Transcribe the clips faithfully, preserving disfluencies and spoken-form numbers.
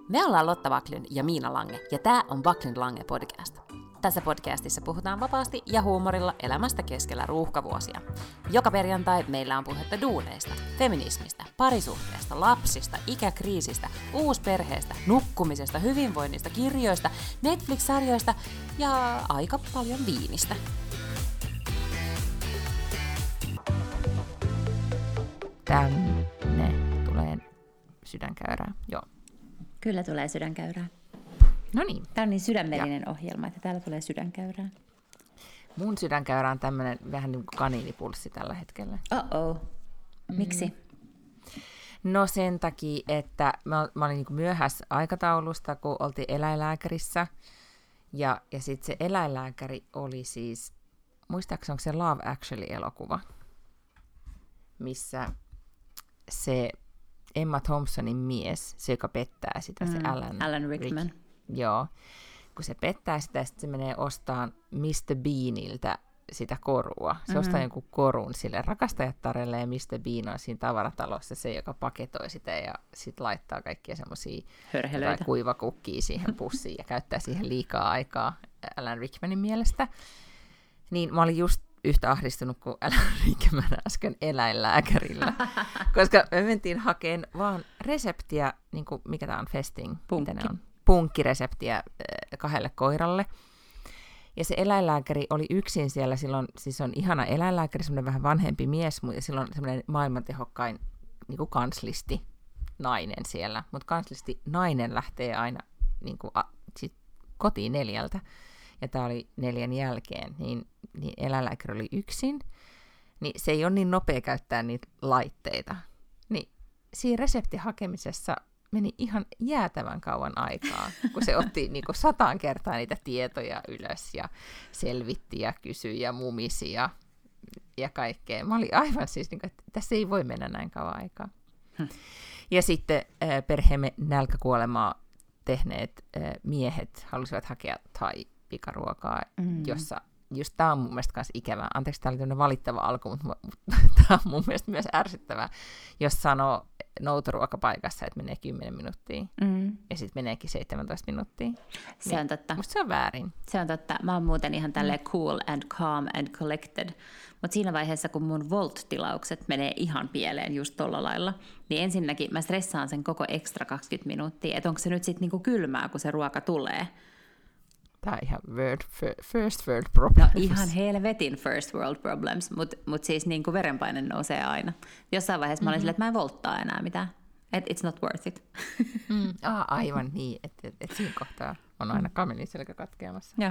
Me ollaan Lotta Backlund ja Miina Lange, ja tää on Backlund Lange podcast. Tässä podcastissa puhutaan vapaasti ja huumorilla elämästä keskellä ruuhkavuosia. Joka perjantai meillä on puhetta duuneista, feminismistä, parisuhteesta, lapsista, ikäkriisistä, uusperheestä, nukkumisesta, hyvinvoinnista, kirjoista, Netflix-sarjoista ja aika paljon viinistä. Tänne tulee sydänkäyrää, joo. Kyllä tulee sydänkäyrää. No niin. Tämä on niin sydämellinen ja. ohjelma, että täällä tulee sydänkäyrää. Mun sydänkäyrä on tämmöinen vähän niin kuin kaniinipulssi tällä hetkellä. Oh-oh. Miksi? Mm. No sen takia, että mä, mä olin niin kuin myöhässä aikataulusta, kun oltiin eläinlääkärissä. Ja, ja sitten se eläinlääkäri oli siis, muistaakseni onko se Love Actually-elokuva, missä se Emma Thompsonin mies, se joka pettää sitä, mm, se Alan, Alan Rickman. Rick, joo, kun se pettää sitä, sitten se menee ostamaan mister Beaniltä sitä korua. Se mm-hmm. ostaa jonkun korun sille rakastajattarelle, ja mister Bean on siinä tavaratalossa se, joka paketoi sitä ja sitten laittaa kaikkia semmoisia kuivakukkia siihen pussiin ja käyttää siihen liikaa aikaa Alan Rickmanin mielestä. Niin mä olin just yhtä ahdistunut kuin Alan Rickman äsken eläinlääkärillä, koska me mentiin hakemaan vaan reseptiä, niin kuin, mikä tämä on, festing, Punkki. mitä ne on, punkkireseptiä kahdelle koiralle. Ja se eläinlääkäri oli yksin siellä, silloin, siis on ihana eläinlääkäri, semmoinen vähän vanhempi mies, ja silloin semmoinen maailman tehokkain niin kuin kanslisti nainen siellä, mutta kanslisti nainen lähtee aina niin kuin, a, sit kotiin neljältä. Ja tämä oli neljän jälkeen, niin, niin eläinlääkäri oli yksin, niin se ei ole niin nopea käyttää niitä laitteita. Niin siinä reseptihakemisessa meni ihan jäätävän kauan aikaa, kun se otti niin kuin sataan kertaa niitä tietoja ylös ja selvitti ja kysyi ja mumisi ja, ja kaikkea. Mä olin aivan siis, niin kuin, että tässä ei voi mennä näin kauan aikaa. Hmm. Ja sitten äh, perheemme nälkäkuolemaa tehneet äh, miehet halusivat hakea thai pikaruokaa, mm. jossa just tämä on mun mielestä myös ikävää. Anteeksi, tämä oli tämmöinen valittava alku, mutta, mutta tämä on mun mielestä myös ärsyttävää, jos sanoo noutoruokapaikassa, että menee kymmenen minuuttia, mm. ja sitten meneekin seitsemäntoista minuuttia. Se niin, on totta. Musta se on väärin. Se on totta. Mä oon muuten ihan tälleen cool and calm and collected, mutta siinä vaiheessa, kun mun Volt-tilaukset menee ihan pieleen just tolla lailla, niin ensinnäkin mä stressaan sen koko ekstra kaksikymmentä minuuttia, että onko se nyt sitten niinku kylmää, kun se ruoka tulee. Tämä on ihan word, first world problems. No ihan helvetin first world problems, mutta mut siis niin kuin verenpaine nousee aina. Jossain vaiheessa mä olin mm-hmm. silleen, että mä en volttaa enää mitään. Et it's not worth it. Mm, ah, aivan niin, että et, et siinä kohtaa on aina kameliselkä katkeamassa. Ja.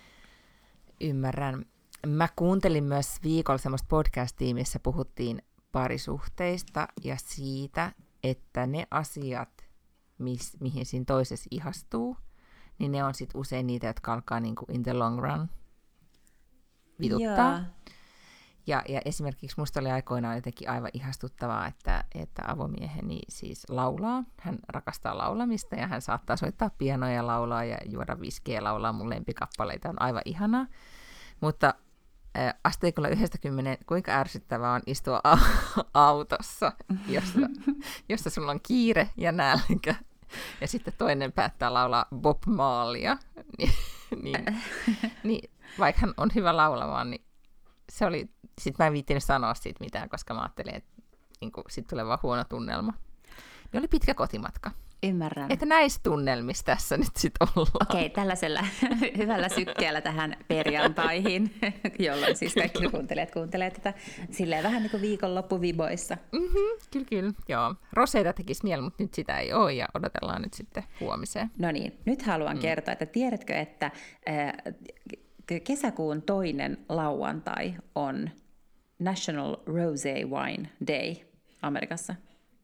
Ymmärrän. Mä kuuntelin myös viikolla semmoista podcast-tiimiä, missä puhuttiin parisuhteista ja siitä, että ne asiat, mis, mihin siinä toisessa ihastuu, niin ne on sitten usein niitä, jotka alkaa niinku in the long run vituttaa. Yeah. Ja, ja esimerkiksi musta oli aikoinaan jotenkin aivan ihastuttavaa, että, että avomieheni siis laulaa. Hän rakastaa laulamista ja hän saattaa soittaa pianoja, laulaa ja juoda viskiä ja laulaa mun lempikappaleita. On aivan ihanaa. Mutta äh, asteikolla yhdestä kymmenen, kuinka ärsyttävää on istua a- autossa, jossa, jossa sulla on kiire ja nälkä. Ja sitten toinen päättää laulaa Bob Marleya, niin, niin, niin vaikka hän on hyvä laulamaan, niin se oli, sit mä en viittinyt sanoa siitä mitään, koska mä ajattelin, että niin sitten tulee vaan huono tunnelma. Niin oli pitkä kotimatka. Ymmärrän. Että näissä tunnelmissa tässä nyt sitten ollaan. Okei, tällaisella hyvällä sykkeellä tähän perjantaihin, jolloin siis kaikki kuuntelijat kuuntelee tätä silleen vähän niin kuin viikonloppuviboissa. Mm-hmm, kyllä, kyllä. Joo. Roseita tekisi mieli, mutta nyt sitä ei ole ja odotellaan nyt sitten huomiseen. No niin, nyt haluan mm. kertoa, että tiedätkö, että äh, kesäkuun toinen lauantai on National Rosé Wine Day Amerikassa?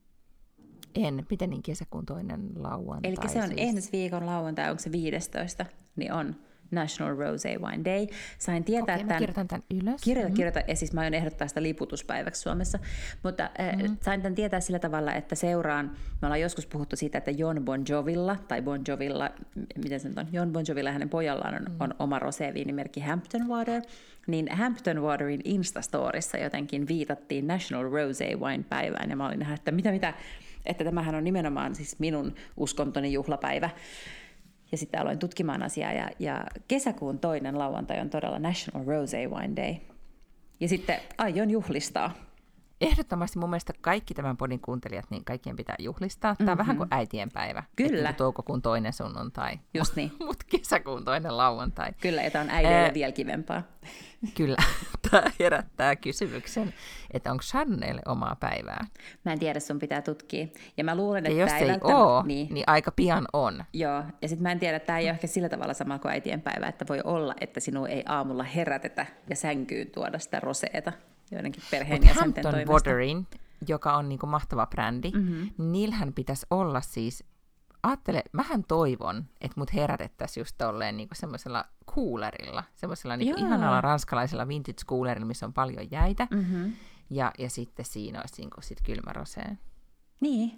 En. Miten niin kesäkuun toinen lauantai? Eli se on siis ensi viikon lauantai, onko se viidestoista, niin on National Rosé Wine Day. Sain tietää, Okei, mä kirjoitan tämän ylös. Kirjoita, mm. kirjoita, ja siis mä aion ehdottaa sitä liputuspäiväksi Suomessa. Mutta mm. äh, sain tämän tietää sillä tavalla, että seuraan, me ollaan joskus puhuttu siitä, että Jon Bon Jovilla, tai Bon Jovilla, miten se nyt on, Jon Bon Jovilla ja hänen pojallaan on, mm. on oma roséviinimerkki Hampton Water, niin Hampton Waterin Instastorissa jotenkin viitattiin National Rosé Wine päivään, ja mä olin nähdä, että mitä mitä, että tämähän on nimenomaan siis minun uskontoni juhlapäivä. Ja sitten aloin tutkimaan asiaa, ja, ja kesäkuun toinen lauantai on todella National Rosé Wine Day. Ja sitten aion juhlistaa. Ehdottomasti mun mielestä kaikki tämän podin kuuntelijat, niin kaikkien pitää juhlistaa. Tämä on mm-hmm. vähän kuin äitienpäivä. Kyllä. Niin toukokuun toinen sunnuntai. Just niin. Mutta kesäkuun toinen lauantai. Kyllä, ja tämä on äidille Ää... vielä kivempaa. Kyllä. Tämä herättää kysymyksen, että onko Chardonnaylle omaa päivää? Mä en tiedä, sun pitää tutkia. Ja mä luulen, että ja jos tämä ei, ei välttämättä... ole, niin... niin aika pian on. Joo, ja sitten mä en tiedä, että tämä ei ole ehkä sillä tavalla sama kuin äitienpäivä, että voi olla, että sinua ei aamulla herätetä ja sänkyyn tuoda sitä roseeta joidenkin perheenjäsenten toimesta. Hampton Waterin, joka on niinku mahtava brändi, mm-hmm. niillähän pitäisi olla siis, ajattele, mähän toivon, että mut herätettäisiin just tolleen niinku semmoisella coolerilla, semmoisella niinku ihanalla ranskalaisella vintage coolerilla, missä on paljon jäitä, mm-hmm. ja, ja sitten siinä olisi niinku sit kylmä rosee. Niin.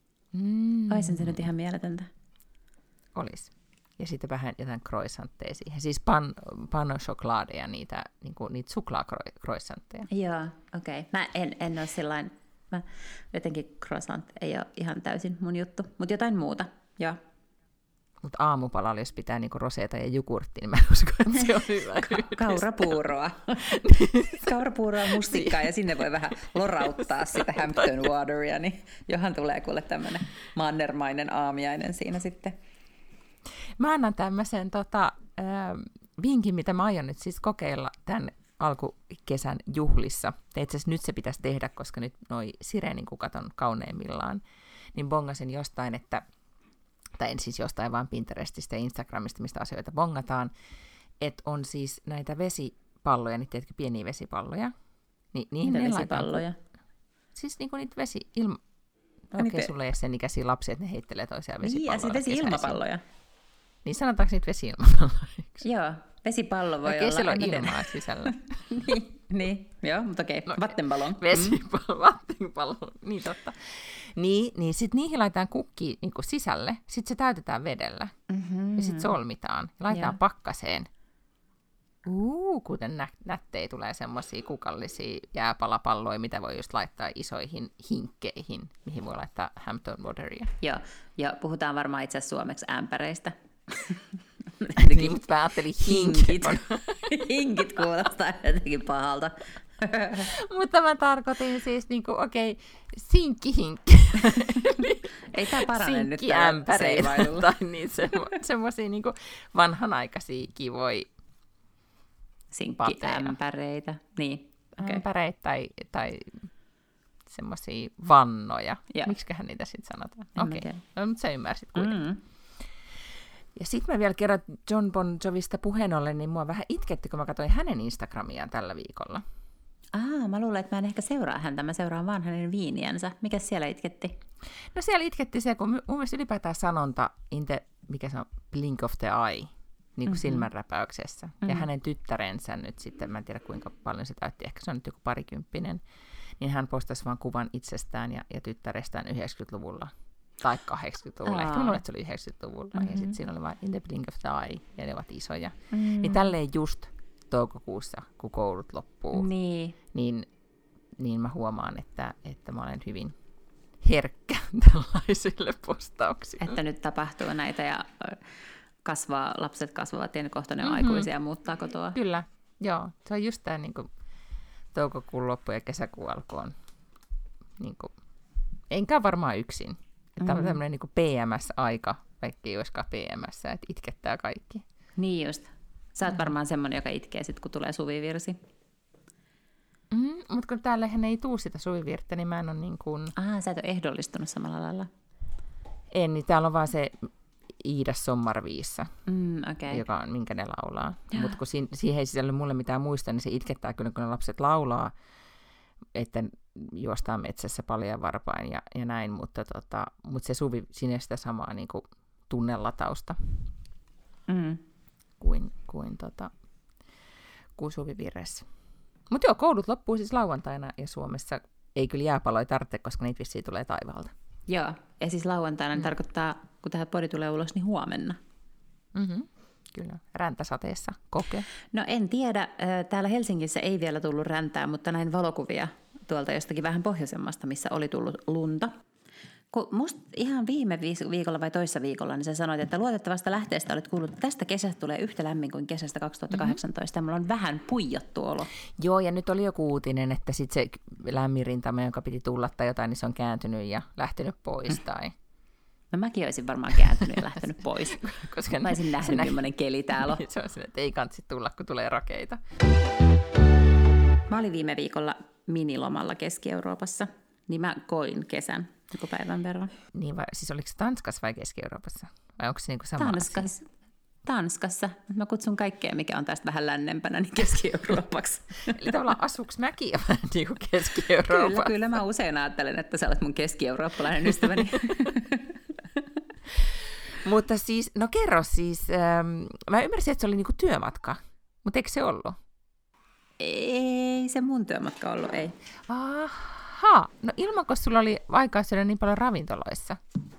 Mm. Oisin se nyt ihan mieletöntä. Olisi. Ja sitten vähän jotain croissantteja siihen. Siis pan, pan chocoladeja, niitä, niinku, niitä suklaakroissantteja. Joo, okei. Okay. Mä en, en ole sellainen, mä jotenkin croissant ei ole ihan täysin mun juttu, mutta jotain muuta, joo. Mutta aamupalalla, jos pitää niinku roseeta ja jogurttia, niin mä en usko, että se on hyvä. Ka- kaurapuuroa. Kaurapuuroa, mustikkaa, ja sinne voi vähän lorauttaa sitä Hampton Wateria, niin johan tulee kuule tämmöinen mannermainen aamiainen siinä sitten. Mä annan tämmöisen tota, äh, vinkin, mitä mä aion nyt siis kokeilla tämän alkukesän juhlissa. Itse asiassa nyt se pitäisi tehdä, koska nyt noi sireeninkukat on kauneimmillaan. Niin bongasin jostain, että, tai en siis jostain vaan Pinterestistä ja Instagramista, mistä asioita bongataan, että on siis näitä vesipalloja, niitä tiedätkö, pieniä vesipalloja. Ni, Mitä vesipalloja? Laitan, siis niinku niitä vesi... Ilma, no okei, okay, sulla ei ole sen ikäisiä lapsia, että ne heittelee toisiaan vesipalloilla. Niin, ja siis vesi-ilmapalloja. Niin sanotaanko niitä vesi-ilmapalloiksi? Joo, vesipallo voi okay, olla. Okei, siellä on ilmaa sisällä. niin, niin, joo, mutta okei, okay. Vattenballon. Vesipallo, vattenpallo, niin totta. Niin, niin sitten niihin laitetaan kukki niin sisälle, sitten se täytetään vedellä, mm-hmm. ja sitten solmitaan, ja laitetaan yeah. pakkaseen. Uuu, kuten nä- nättejä tulee semmoisia kukallisia jääpalapalloja, mitä voi just laittaa isoihin hinkkeihin, mihin voi laittaa Hampton Wateria. Joo, ja puhutaan varmaan itse asiassa suomeksi ämpäreistä. niin, mutta mä ajattelin hinkit. Hinkit kuulostaa jotenkin pahalta. Mutta mä tarkoitin siis, niinku, okei, okay, sinkkihinkki. Ei tää parane nyt tällä seivailulla. Tai niitä semmo- semmosia niinku vanhanaikaisia kivoja sinkkiämpäreitä. Niin, okay. Ämpäreitä tai, tai semmosia vannoja. Miksiköhän niitä sitten sanotaan? Okei, okay. No, mutta sä ymmärsit kuitenkin. Mm. Ja sitten mä vielä kerran John Bon Jovista puheen ollen, niin mua vähän itketti, kun mä katsoin hänen Instagramiaan tällä viikolla. Ah, mä luulen, että mä en ehkä seuraa häntä, mä seuraan vaan hänen viiniänsä. Mikäs siellä itketti? No siellä itketti se, kun mun mielestä ylipäätään sanonta, in the, mikä se on, blink of the eye, niin kuin mm-hmm. silmänräpäyksessä. Mm-hmm. Ja hänen tyttärensä nyt sitten, mä en tiedä kuinka paljon se täytti, ehkä se on nyt joku parikymppinen, niin hän postasi vaan kuvan itsestään ja, ja tyttärestään yhdeksänkymmentäluvulla. Tai kahdeksankymmentäluvulla. Ehkä mä luulen, että se oli yhdeksänkymmentäluvulla. Mm-hmm. Ja sitten siinä oli vain in the blink of the eye, ja ne ovat isoja. Mm-hmm. Niin tälleen just toukokuussa, kun koulut loppuu, niin, niin, niin mä huomaan, että, että mä olen hyvin herkkä tällaisille postauksille. Että nyt tapahtuu näitä ja kasvaa, lapset kasvavat ja kohta ne on mm-hmm. aikuisia ja muuttaa kotoa. Kyllä, joo. Se on just tämä niin kuin toukokuun loppu ja kesäkuun alku on, niin kuin, enkä varmaan yksin. Tämä on mm-hmm. tämmöinen niin kuin P M S-aika, vaikka ei olisikaan P M S, että itkettää kaikki. Niin just. Sä oot varmaan semmoinen, joka itkee sitten, kun tulee suvivirsi. Mm, mutta kun täällähän ei tule sitä suvivirttä, niin mä en ole niin kuin... Ah, sä et ole ehdollistunut samalla lailla. En, niin täällä on vaan se Iida Sommarviissa, mm, okay. joka on, minkä ne laulaa. Mutta kun si- siihen ei sisällä mulle mitään muista, niin se itkettää kyllä, kun ne lapset laulaa, että juostaan metsässä paljon varpain ja, ja näin, mutta, tota, mutta se suvi, siinä sitä samaa niin kuin tunnelatausta. Mm. kuin, kuin, tota, kuin suvivirressä. Mutta joo, koulut loppuu siis lauantaina ja Suomessa ei kyllä jääpaloja tarvitse, koska niitä vissiin tulee taivaalta. Joo, ja siis lauantaina mm. tarkoittaa, kun tähän podi tulee ulos, niin huomenna. Mm-hmm. Kyllä, räntäsateessa kokee. No en tiedä, täällä Helsingissä ei vielä tullut räntää, mutta näin valokuvia tuolta jostakin vähän pohjoisemmasta, missä oli tullut lunta. kun musta ihan viime viikolla vai toissa viikolla, niin sä sanoit, että luotettavasta lähteestä olet kuullut, että tästä kesästä tulee yhtä lämmin kuin kesästä kaksituhattakahdeksantoista. Mm-hmm. Ja mulla on vähän puijottu olo. Joo, ja nyt oli joku uutinen, että sit se lämmin rintama, jonka piti tulla tai jotain, niin se on kääntynyt ja lähtenyt pois. Mm. Tai... No mäkin olisin varmaan kääntynyt ja lähtenyt pois. Koska mä olisin nähnyt, nä- millainen keli täällä on. Se on sinne, että ei kansi tulla, kun tulee rakeita. Mä olin viime viikolla minilomalla Keski-Euroopassa, niin mä koin kesän joku päivän verran. Niin, vai, siis oliko se Tanskassa vai Keski-Euroopassa? Vai onko se niinku sama Tanskas, Tanskassa. Mä kutsun kaikkea, mikä on tästä vähän lännempänä, niin Keski-Euroopaksi. Eli tavallaan asuuks mäkin vähän niin kuin Keski-Euroopassa? Kyllä, kyllä mä usein ajattelen, että sä olet mun keski-eurooppalainen ystäväni. Mutta siis, no kerro siis, ähm, mä ymmärsin, että se oli niinku työmatka, mutta eikö se ollut? Ei se mun työmatka ollut, ei. Aha, no ilmanko sulla oli aikaa syödä niin paljon ravintoloissa?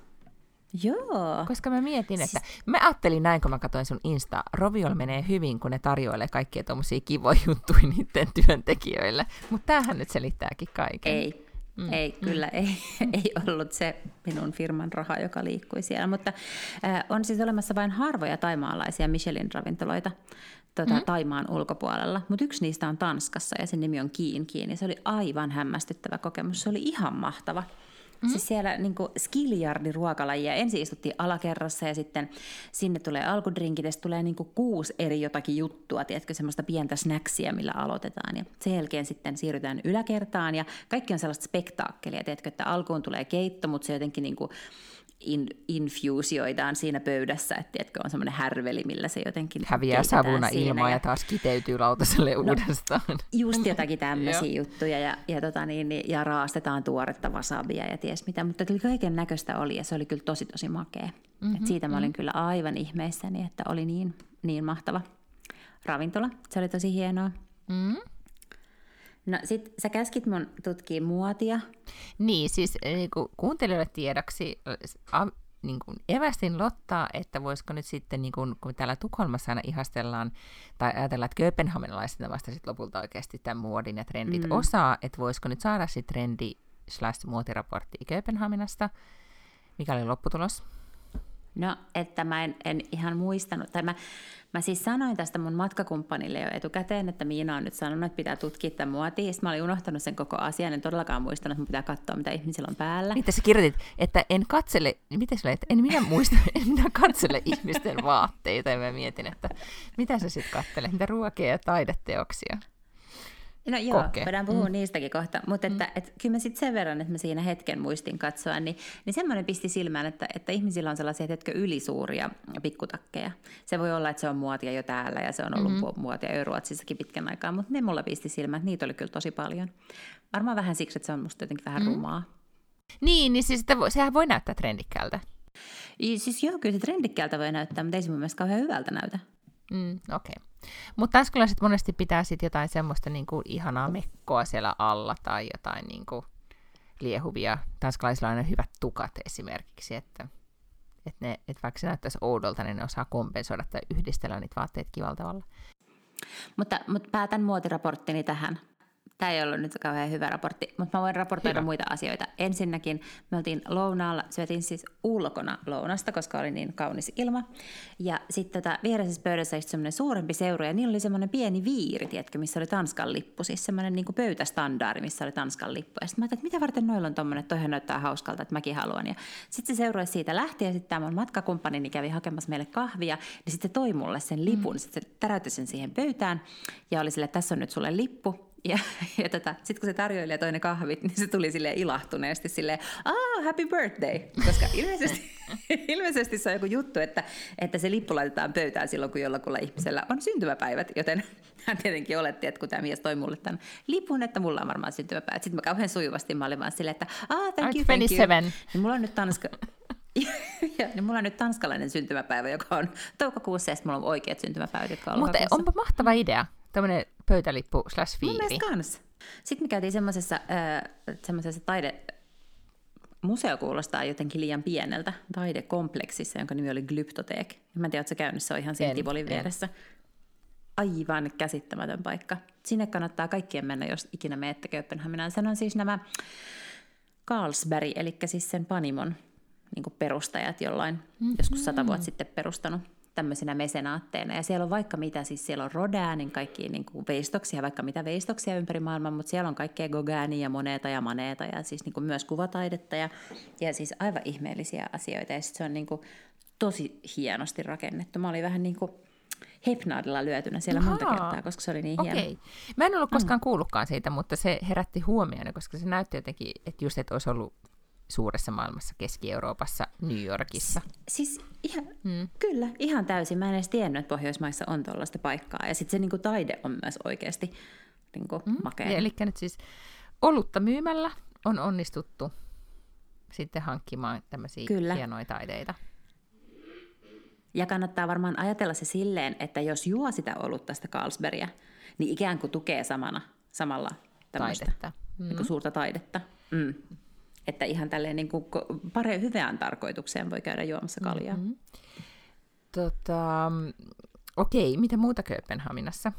Joo. Koska mä mietin, että mä ajattelin näin, kun mä katsoin sun Insta, Roviolla menee hyvin, kun ne tarjoilee kaikkia tommosia kivoja juttuja niiden työntekijöille, mutta tämähän nyt selittääkin kaiken. Ei. Mm. Ei, kyllä mm. ei, ei ollut se minun firman raha, joka liikkui siellä, mutta äh, on siis olemassa vain harvoja taimaalaisia Michelin-ravintoloita tota, mm. Taimaan ulkopuolella, mutta yksi niistä on Tanskassa ja sen nimi on Kiin Kiin, ja se oli aivan hämmästyttävä kokemus, se oli ihan mahtava. Mm-hmm. Siis siellä niin kuin skiljardi ruokalajia. Ensin istuttiin alakerrassa ja sitten sinne tulee alkudrinkit ja sitten tulee niin kuin kuusi eri jotakin juttua, tiedätkö, semmoista pientä snacksia, millä aloitetaan. Ja sen jälkeen sitten siirrytään yläkertaan ja kaikki on sellaista spektaakkelia, tiedätkö, että alkuun tulee keitto, mutta se jotenkin niin kuin in, infuusioidaan siinä pöydässä, että tiedätkö, on semmoinen härveli, millä se jotenkin häviää savuna ilmaa ja... ja taas kiteytyy lautaselle no, uudestaan. Just jotakin tämmöisiä juttuja ja, ja, tota niin, ja raastetaan tuoretta wasabia ja ties mitä, mutta kaiken näköistä oli ja se oli kyllä tosi tosi makea. Mm-hmm, Et siitä mä olin mm-hmm. kyllä aivan ihmeissäni, että oli niin, niin mahtava ravintola. Se oli tosi hienoa. Mm-hmm. No sit sä käskit mun tutkii muotia. Niin, siis niin kuin kuuntelijoille tiedoksi a, niin kuin evästin Lottaa, että voisiko nyt sitten, niin kuin, kun täällä Tukholmassa aina ihastellaan, tai ajatellaan, että kööpenhaminalaiset vasta sitten lopulta oikeasti tämän muodin ja trendit mm. osaa, että voisiko nyt saada sitten trendi slash muotiraporttia Kööpenhaminasta. Mikä oli lopputulos? No, että mä en, en ihan muistanut, tai mä, mä siis sanoin tästä mun matkakumppanille jo etukäteen, että Miina on nyt sanonut, että pitää tutkia tämän muotia, sitten mä olin unohtanut sen koko asian, en todellakaan muistanut, että mun pitää katsoa, mitä ihmisillä on päällä. Mitä sä kirjoitit, että en katsele, miten sä että en minä muista, en minä katsele ihmisten vaatteita, ja mä mietin, että mitä sä sitten katselet, mitä ruokia ja taideteoksia. No joo, Koke. voidaan puhua mm. niistäkin kohta, mutta että, mm. et, kyllä mä sitten sen verran, että mä siinä hetken muistin katsoa, niin, niin semmoinen pisti silmään, että, että ihmisillä on sellaisia, tiedätkö, ylisuuria pikkutakkeja. Se voi olla, että se on muotia jo täällä ja se on ollut mm-hmm. muotia jo Ruotsissakin pitkän aikaa, mutta ne mulla pisti silmään, että niitä oli kyllä tosi paljon. Varmaan vähän siksi, että se on musta jotenkin vähän mm. rumaa. Niin, niin siis että sehän voi näyttää trendikkäältä. I, siis joo, kyllä se trendikkäältä voi näyttää, mutta ei se mun mielestä kauhean hyvältä näytä. Mm, okei. Okay. Mutta tanskalaiset monesti pitää sitten jotain semmoista niinku ihanaa mekkoa siellä alla tai jotain niinku liehuvia. Tanskalaisilla on aina hyvät tukat esimerkiksi, että, että, ne, että vaikka se näyttäisi oudolta, niin ne osaa kompensoida tai yhdistellä niitä vaatteita kivalla tavalla. Mutta, mutta päätän muotiraporttini tähän. Tämä ei ollut nyt kauhean hyvä raportti, mutta mä voin raportoida hyvä. muita asioita. Ensinnäkin me oltiin lounaalla, syötiin siis ulkona lounasta, koska oli niin kaunis ilma. Ja sitten tota, vieressä pöydässä istui semmoinen suurempi seura, ja niillä oli semmoinen pieni viiri, tiedätkö, missä oli Tanskan lippu. Siis semmoinen niin kuin pöytästandaari, missä oli Tanskan lippu. Ja sitten mä ajattelin, että mitä varten noilla on tommoinen, toihan näyttää hauskalta, että mäkin haluan. Ja sitten se seurue siitä lähti, ja sitten tämä mun matkakumppanini kävi hakemassa meille kahvia, niin sitten se toi mulle sen lipun, mm. sitten se täräytti sen siihen pöytään, ja oli silleen, että tässä on nyt sulle lippu. Ja, ja tota, sitten kun se tarjoilija toi ne kahvit, niin se tuli silleen ilahtuneesti silleen, ah, happy birthday, koska ilmeisesti, ilmeisesti se on joku juttu, että, että se lippu laitetaan pöytään silloin, kun jollakulla ihmisellä on syntymäpäivät, joten hän tietenkin oletti, että kun tämä mies toi mulle tämän lipun, että mulla on varmaan syntymäpäivät. Sitten mä kauhean sujuvasti mä olin vaan silleen, että ah, thank you, thank you. Niin mulla on nyt tanska... ja, niin mulla on nyt tanskalainen syntymäpäivä, joka on toukokuussa, ja mulla on oikeat syntymäpäivät, jotka on Mutta onpa mahtava idea. Tämmöinen pöytälippu slash viiri. Mun mielestä kans. Sitten me käytiin semmoisessa, äh, semmoisessa taide... Museo kuulostaa jotenkin liian pieneltä taidekompleksissa, jonka nimi oli Glyptotek. Mä en tiedä, ootko sä käynyt, se on ihan siinä Tivolin vieressä. Aivan käsittämätön paikka. Sinne kannattaa kaikkien mennä, jos ikinä menette Kööpenhaminaan. Sen on siis nämä Carlsberg, eli siis sen Panimon niin kuin perustajat jollain mm-hmm. joskus sata vuotta sitten perustanut tämmöisenä mesenaatteina. Ja siellä on vaikka mitä, siis siellä on Rodinin kaikkia niin kuin veistoksia, vaikka mitä veistoksia ympäri maailman, mutta siellä on kaikkea Gauguinia ja Moneta ja Maneta ja siis niin kuin myös kuvataidetta ja, ja siis aivan ihmeellisiä asioita. Ja sitten se on niin kuin tosi hienosti rakennettu. Mä olin vähän niin kuin hepnaadilla lyötynä siellä Ahaa. monta kertaa, koska se oli niin hieno. Okei. Mä en ollut koskaan mm. kuullutkaan siitä, mutta se herätti huomioon, koska se näytti jotenkin, että just, että olisi ollut suuressa maailmassa, Keski-Euroopassa, New Yorkissa. Siis ihan, mm. kyllä, ihan täysin. Mä en edes tiennyt, että Pohjoismaissa on tuollaista paikkaa. Ja sitten se niinku taide on myös oikeasti niinku mm. makea. Ja eli nyt siis olutta myymällä on onnistuttu sitten hankkimaan tämmöisiä kyllä. hienoja taideita. Ja kannattaa varmaan ajatella se silleen, että jos juo sitä olutta, sitä Carlsbergia, niin ikään kuin tukee samana, samalla tämmöistä taidetta. Mm. Niin kuin suurta taidetta. Mm. Että ihan tälleen niin kuin pare hyvään tarkoitukseen voi käydä juomassa kaljaa. Mm-hmm. Tota, okei, mitä muuta Kööpenhaminassa?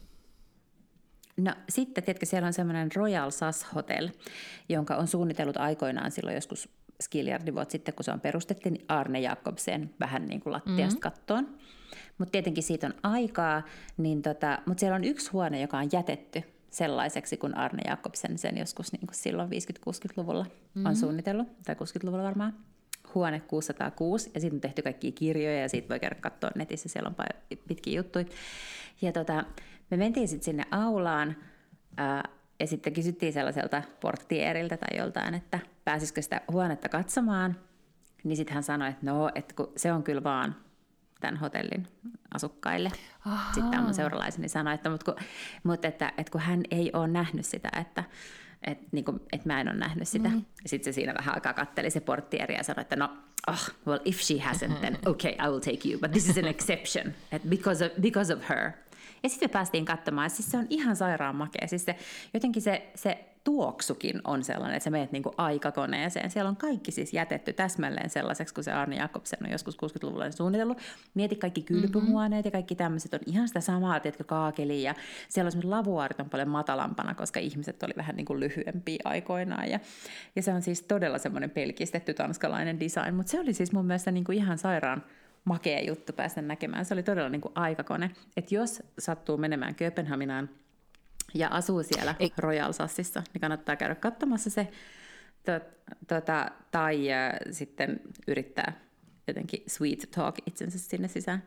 No sitten, tiedätkö, siellä on semmoinen Royal Sas Hotel, jonka on suunnitellut aikoinaan silloin joskus skiljardi vuotta sitten, kun se on perustettiin, niin Arne Jacobsen vähän niin kuin lattiasta mm-hmm. kattoon. Mutta tietenkin siitä on aikaa, niin tota, mutta siellä on yksi huone, joka on jätetty sellaiseksi, kun Arne Jacobsen sen joskus niin kuin silloin viisikymmentä-kuusikymmentäluvulla mm-hmm. on suunnitellut, tai kuusikymmentäluvulla varmaan, huone kuusisataakuusi, ja siitä on tehty kaikkia kirjoja, ja siitä voi käydä katsoa netissä, siellä on pitkiä juttuja. Ja tota, me mentiin sitten sinne aulaan, ää, ja sitten kysyttiin sellaiselta porttieriltä tai joltain, että pääsisikö sitä huonetta katsomaan, niin sitten hän sanoi, että no, että kun se on kyllä vaan tämän hotellin asukkaille. Aha. Sitten tämä mun seuralaiseni sanoi, että, mutta, kun, mutta että, että kun hän ei ole nähnyt sitä, että, että, niin kuin, että mä en ole nähnyt sitä. Mm. Sitten se siinä vähän aikaa katteli se porttieri ja sanoi, että no, oh, well, if she hasn't, then okay, I will take you, but this is an exception, because of, because of her. Ja sitten me päästiin katsomaan, siis se on ihan sairaan makea. Siis se, jotenkin se, se tuoksukin on sellainen, että sä menet niinku aikakoneeseen. Siellä on kaikki siis jätetty täsmälleen sellaiseksi, kun se Arne Jacobsen on joskus kuusikymmentäluvulla suunnitellut. Mieti kaikki kylpyhuoneet mm-hmm. ja kaikki tämmöiset on ihan sitä samaa, tiedätkö, kaakeliin. Ja siellä on semmoiset lavuaarit on paljon matalampana, koska ihmiset oli vähän niin kuin lyhyempiä aikoinaan. Ja, ja se on siis todella semmoinen pelkistetty tanskalainen design. Mutta se oli siis mun mielestä niinku ihan sairaan makea juttu päästä näkemään. Se oli todella niin kuin aikakone. Että jos sattuu menemään Kööpenhaminaan ja asuu siellä Ei. Royal Sassissa, niin kannattaa käydä katsomassa se, to, tota, tai äh, sitten yrittää jotenkin sweet talk itsensä sinne sisään.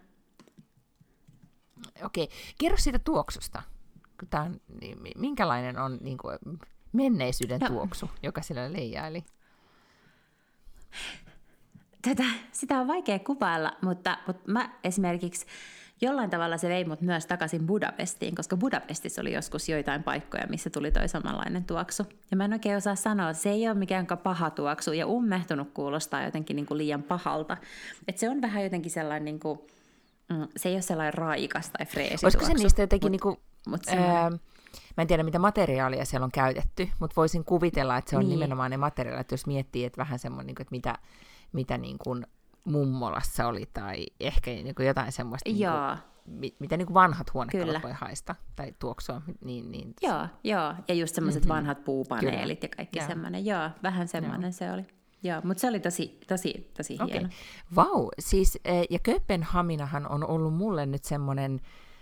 Okei, kerro siitä tuoksusta. Tämä on, niin, minkälainen on niin kuin menneisyyden no. tuoksu, joka siellä leijaili? Tätä, sitä on vaikea kuvailla, mutta, mutta mä esimerkiksi jollain tavalla se vei mut myös takaisin Budapestiin, koska Budapestissa oli joskus joitain paikkoja, missä tuli toi samanlainen tuoksu. Ja mä en oikein osaa sanoa, että se ei ole mikään paha tuoksu, ja ummehtunut kuulostaa jotenkin niin kuin liian pahalta. Että se on vähän jotenkin sellainen, niin kuin, se ei ole sellainen raikas tai freesi tuoksu. Olisiko se niistä jotenkin, mut, niin kuin, mut ää, mä en tiedä mitä materiaalia siellä on käytetty, mutta voisin kuvitella, että se on niin. nimenomaan ne materiaalit, että jos miettii, että vähän semmoinen, että mitä... mitä niin kuin mummolassa oli, tai ehkä niin kuin jotain semmoista, niin kuin, mitä niin kuin vanhat huonekalot voi haista, tai tuoksua. Niin, niin. Joo, joo, ja just semmoiset mm-hmm. vanhat puupaneelit Kyllä. ja kaikki ja. semmoinen. Joo, vähän semmoinen se oli. Joo, mutta se oli tosi, tosi, tosi okay. hieno. Vau, wow. Siis, ja Kööpenhaminahan on ollut mulle nyt semmoinen,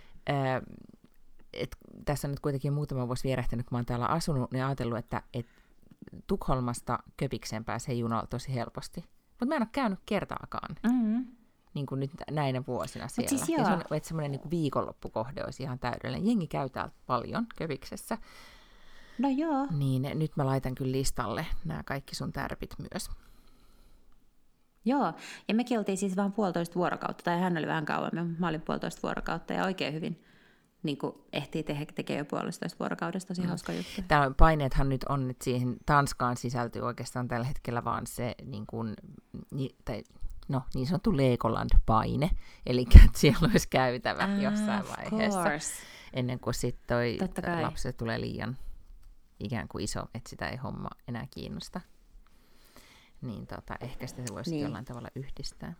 että tässä on nyt kuitenkin muutama vuosi vierähtänyt, kun mä oon täällä asunut, niin ajatellut, että, että Tukholmasta Köpikseen pääsee junalla tosi helposti. Mutta mä en ole käynyt kertaakaan, mm-hmm. niin kuin nyt näinä vuosina siellä. Siis ja se on, että semmoinen niin kuin viikonloppukohde olisi ihan täydellinen. Jengi käy täältä paljon Köpiksessä. No joo. Niin nyt mä laitan kyllä listalle nämä kaikki sun tärpit myös. Joo, ja mekin oltiin siis vaan puolitoista vuorokautta, tai hän oli vähän kauemmin. Mä olin puolitoista vuorokautta ja oikein hyvin. Niin kuin ehtii te- tekee jo puolitoista vuorokaudesta, tosi mm. hauska juttu. Täällä paineethan nyt on, että siihen Tanskaan sisältyy oikeastaan tällä hetkellä vaan se niin, kuin, ni, tai, no, niin sanottu Legoland-paine, eli että siellä olisi käytävä ah, jossain vaiheessa, course. Ennen kuin sitten toi lapset tulee liian ikään kuin iso, että sitä ei homma enää kiinnosta. Niin tota, ehkä sitä voisi niin. jollain tavalla yhdistää.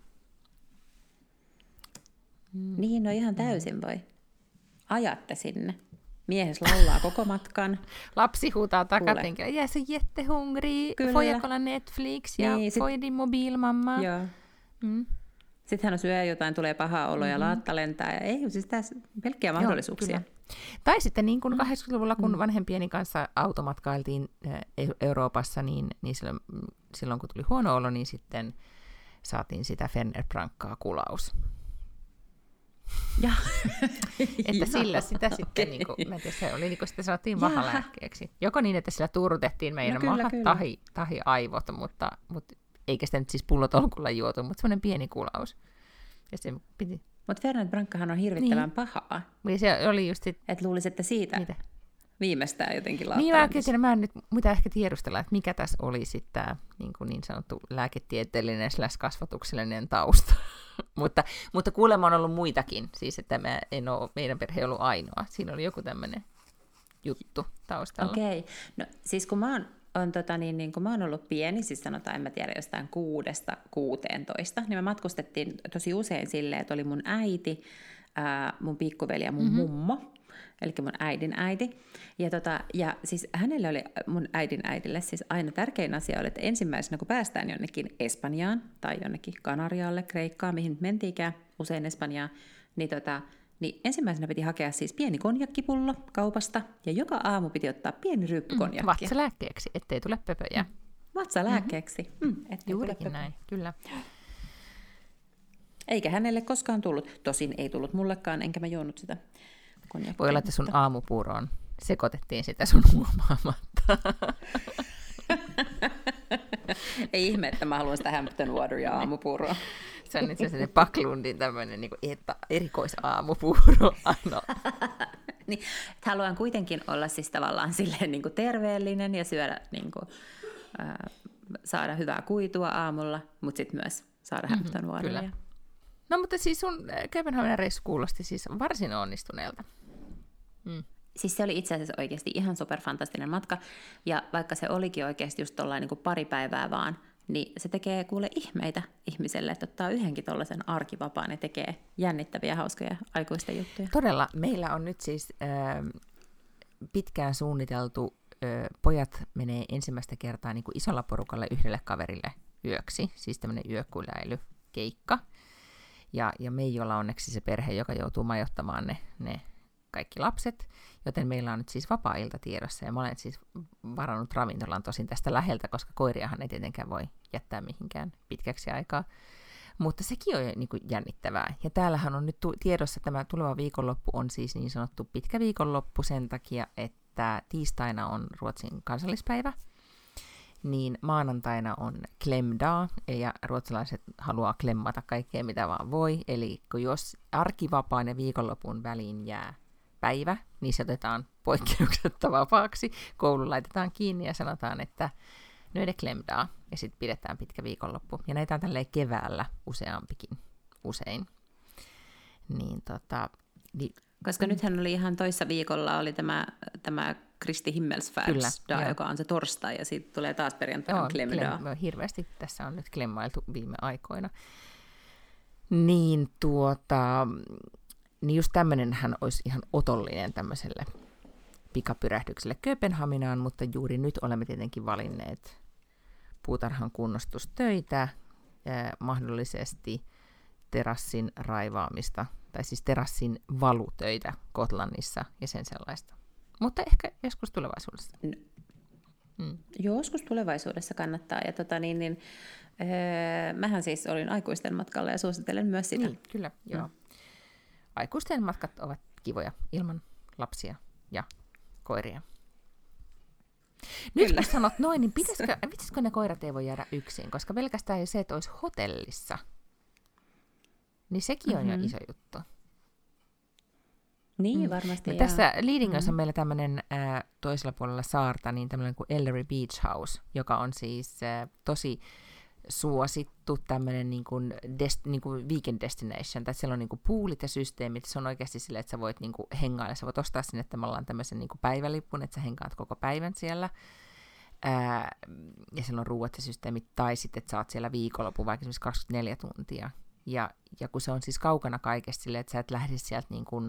Mm. Niin, no ihan täysin voi. Ajatte sinne. Miehes laulaa koko matkan. Lapsi huutaa takapenkillä, ja se jättehungri, får jag kolla Netflix ja niin, får din mobil, mamma. Joo. Mm. Sitten hän syö jotain, tulee paha olo ja mm-hmm. laatta lentää. Ja ei, siis tässä pelkkiä mahdollisuuksia. Joo, tai sitten niin kuin kahdeksankymmentäluvulla, kun vanhempieni kanssa automatkailtiin Euroopassa, niin, niin silloin, silloin kun tuli huono olo, niin sitten saatiin sitä Fernet-Brancaa kulaus. Ja. Että sillä sitä sitten, niin kuin, mä en tiedä, se oli niin kuin sitä sanottiin mahalääkkeeksi. Joko niin, että sillä turrutettiin meidän no kyllä, maha, kyllä. Tahi, tahi aivot, mutta, mutta eikä sitä nyt siis pullotolkulla juotu, mutta semmoinen pieni kulaus. Ja se piti... Mutta Fernet Brancahan on hirvittävän niin. pahaa. Ja se oli just sit... Että luulisit, että siitä Mitä? Viimeistään jotenkin laattaa. Niin, mä, oikein, mä en nyt mitä ehkä tiedustella, että mikä tässä oli sitten tämä niin, niin sanottu lääketieteellinen slash kasvatuksellinen tausta. mutta, mutta kuulemma on ollut muitakin, siis että mä en ole, meidän perhe ei ollut ainoa. Siinä oli joku tämmöinen juttu taustalla. Okei, okay. No siis kun mä oon, on, tota, niin, niin, kun mä oon ollut pieni, siis sanotaan, en mä tiedä, jostain kuudesta kuuteentoista, niin me matkustettiin tosi usein silleen, että oli mun äiti, ää, mun pikkuveli ja mun mm-hmm. mummo, eli mun äidin äiti. Ja, tota, ja siis hänelle oli, mun äidin äidille, siis aina tärkein asia oli, että ensimmäisenä kun päästään jonnekin Espanjaan tai jonnekin Kanarialle, Kreikkaan, mihin nyt mentiikään, usein Espanjaan, niin, tota, niin ensimmäisenä piti hakea siis pieni konjakkipullo kaupasta, ja joka aamu piti ottaa pieni ryyppy konjakkia. Mm, vatsalääkkeeksi, ettei tule pöpöjä. Mm. Vatsalääkkeeksi. Mm, ettei Juurikin näin, kyllä. Eikä hänelle koskaan tullut. Tosin ei tullut mullekaan, enkä mä juonut sitä konjakkia. Voi olla, että sun aamupuuroon sekoitettiin sitä sun huomaamatta. Ei ihme, että mä haluan sitä Hampton Wateria aamupuuroa. Se on itse asiassa Backlundin tämmöinen niin että erikoisaamupuuro aina. Niin, että haluan kuitenkin olla siis tavallaan silleen niin kuin terveellinen ja syödä, niin kuin, äh, saada hyvää kuitua aamulla, mutta sitten myös saada mm-hmm, Hampton Wateria. Kyllä. No mutta siis sun Kööpenhaminan reissu kuulosti siis varsin onnistuneelta. Mm. Siis se oli itse asiassa oikeasti ihan superfantastinen matka, ja vaikka se olikin oikeasti just tollain niin kuin pari päivää vaan, niin se tekee kuule ihmeitä ihmiselle, että ottaa yhdenkin tollaisen arkivapaan ja tekee jännittäviä, hauskoja aikuisten juttuja. Todella. Meillä on nyt siis äh, pitkään suunniteltu, äh, pojat menee ensimmäistä kertaa niin kuin isolla porukalla yhdelle kaverille yöksi, siis tämmöinen yökyläilykeikka. Ja, ja Meijolla onneksi se perhe, joka joutuu majoittamaan ne, ne kaikki lapset, joten meillä on nyt siis vapaa-ilta tiedossa, ja mä olen siis varannut ravintolan tosin tästä läheltä, koska koiriahan ei tietenkään voi jättää mihinkään pitkäksi aikaa. Mutta sekin on niin kuin jännittävää. Ja täällähän on nyt tiedossa, että tämä tuleva viikonloppu on siis niin sanottu pitkä viikonloppu sen takia, että tiistaina on Ruotsin kansallispäivä, niin maanantaina on klemdag, ja ruotsalaiset haluaa klemmata kaikkea mitä vaan voi, eli jos arkivapaan ja viikonlopun väliin jää päivä, niin se otetaan poikkeuksetta vapaaksi, koulu laitetaan kiinni ja sanotaan, että nu är det klemdag, ja sitten pidetään pitkä viikonloppu. Ja näitä on tälleen keväällä useampikin, usein. Niin, tota, niin, Koska nythän oli ihan toissa viikolla oli tämä, tämä Kristi Himmelsfärdsdag, joka on se torstai, ja siitä tulee taas perjantaina klemdag. Klem, hirveästi tässä on nyt klemmailtu viime aikoina. Niin tuota... Niin just tämmöinenhän olisi ihan otollinen tämmöiselle pikapyrähdykselle Kööpenhaminaan, mutta juuri nyt olemme tietenkin valinneet puutarhan kunnostustöitä, ja mahdollisesti terassin raivaamista, tai siis terassin valutöitä Gotlannissa ja sen sellaista. Mutta ehkä joskus tulevaisuudessa. No. Mm. Joskus tulevaisuudessa kannattaa. Ja tota niin, niin, öö, mähän siis olin aikuisten matkalla ja suosittelen myös sitä. Niin, kyllä, joo. Mm. Aikuisten matkat ovat kivoja ilman lapsia ja koiria. Nyt Kyllä. kun sanot noin, niin pitäisikö, pitäisikö ne koirat ei voi jäädä yksin? Koska pelkästään jo se, että olisi hotellissa, niin sekin on mm-hmm. jo iso juttu. Niin, mm. varmasti. No, tässä Lidingössä mm-hmm. on meillä tämmöinen äh, toisella puolella saarta, niin tämmöinen kuin Ellery Beach House, joka on siis äh, tosi suosittu tämmöinen niin kuin dest, niin kuin weekend destination, tai siellä on niin kuin poolit ja systeemit, se on oikeasti silleen, että sä voit niin kuin hengailla, sä voit ostaa sinne, että me ollaan tämmöisen niin kuin päivälipun, että sä hengaat koko päivän siellä, ää, ja siellä on ruuat ja systeemit, tai sitten, että sä oot siellä viikonloppu, vaikka esimerkiksi kaksikymmentäneljä tuntia, ja, ja kun se on siis kaukana kaikesta silleen, että sä et lähde sieltä niin kuin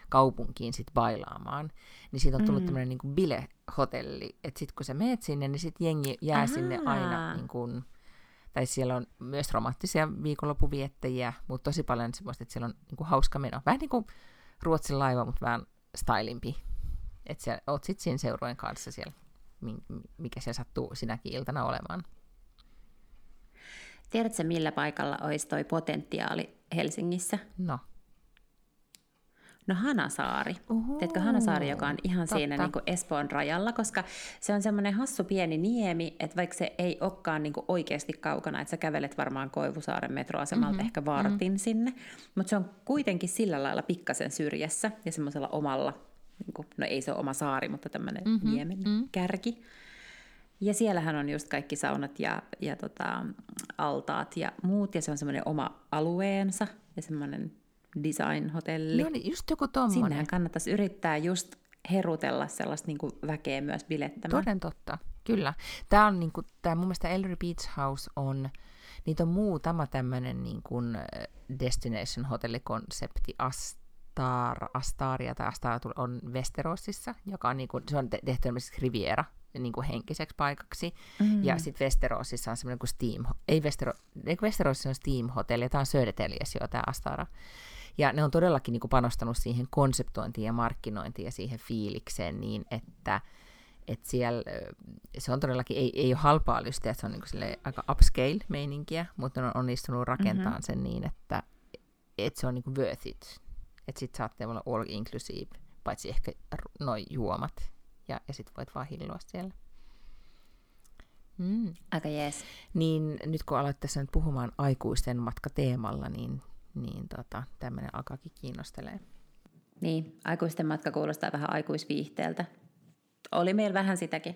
kaupunkiin sit bailaamaan. Niin siitä on tullut mm. tämmöinen niin kuin bilehotelli, että sitten kun sä meet sinne, niin sitten jengi jää Aha. sinne aina, niin kuin, tai siellä on myös romanttisia viikonloppuviettäjiä, mutta tosi paljon semmoista, että siellä on niin kuin hauska meno. Vähän niin kuin Ruotsin laiva, mutta vähän stylimpi. Että sä oot sitten siinä seurojen kanssa siellä, mikä se sattuu sinäkin iltana olemaan. Tiedätkö, millä paikalla olisi toi potentiaali Helsingissä? No. No Hanasaari. Uhu, Tiedätkö Hanasaari, joka on ihan totta. Siinä niin kuin Espoon rajalla, koska se on semmoinen hassu pieni niemi, että vaikka se ei olekaan niin kuin oikeasti kaukana, että sä kävelet varmaan Koivusaaren metroasemalta mm-hmm. ehkä vartin mm-hmm. sinne, mutta se on kuitenkin sillä lailla pikkasen syrjässä ja semmoisella omalla, niin kuin, no ei se ole oma saari, mutta tämmöinen mm-hmm. niemen mm-hmm. kärki. Ja siellähän on just kaikki saunat ja, ja tota, altaat ja muut, ja se on semmoinen oma alueensa ja semmoinen design-hotelli. No niin, just joku tommoinen. Sinnehän kannattaisi yrittää just herutella sellaista niin kuin väkeä myös bilettämään. Toden totta, kyllä. Tämä on niin kuin, tämä mun mielestä Ellery Beach House on, niitä on muutama tämmöinen niin kuin destination hotellikonsepti, Astar, Astaria tai Astara on Westerosissa, joka on, niin kuin, se on tehty tämmöiseksi Riviera, niin kuin henkiseksi paikaksi. Mm-hmm. Ja sitten Westerosissa on semmoinen kuin Steam, ei Westero, Westerosissa on Steam-hotelli, ja tämä on Södertäljes jo, tämä Astara. Ja ne on todellakin niin kuin panostanut siihen konseptointiin ja markkinointiin ja siihen fiilikseen niin, että, että siellä se on todellakin, ei, ei ole halpaa lystiä, että se on niin kuin aika upscale-meininkiä, mutta ne on onnistunut rakentamaan mm-hmm. sen niin, että, että se on niin kuin worth it. Että sitten saatte olla all inclusive, paitsi ehkä noin juomat. Ja, ja sitten voit vaan hilloa siellä. Mm. Aika jees. Niin nyt kun aloit tässä nyt puhumaan aikuisten matkateemalla, niin, niin tota, tämmöinen alkaakin kiinnostelee. Niin, aikuisten matka kuulostaa vähän aikuisviihteeltä. Oli meillä vähän sitäkin.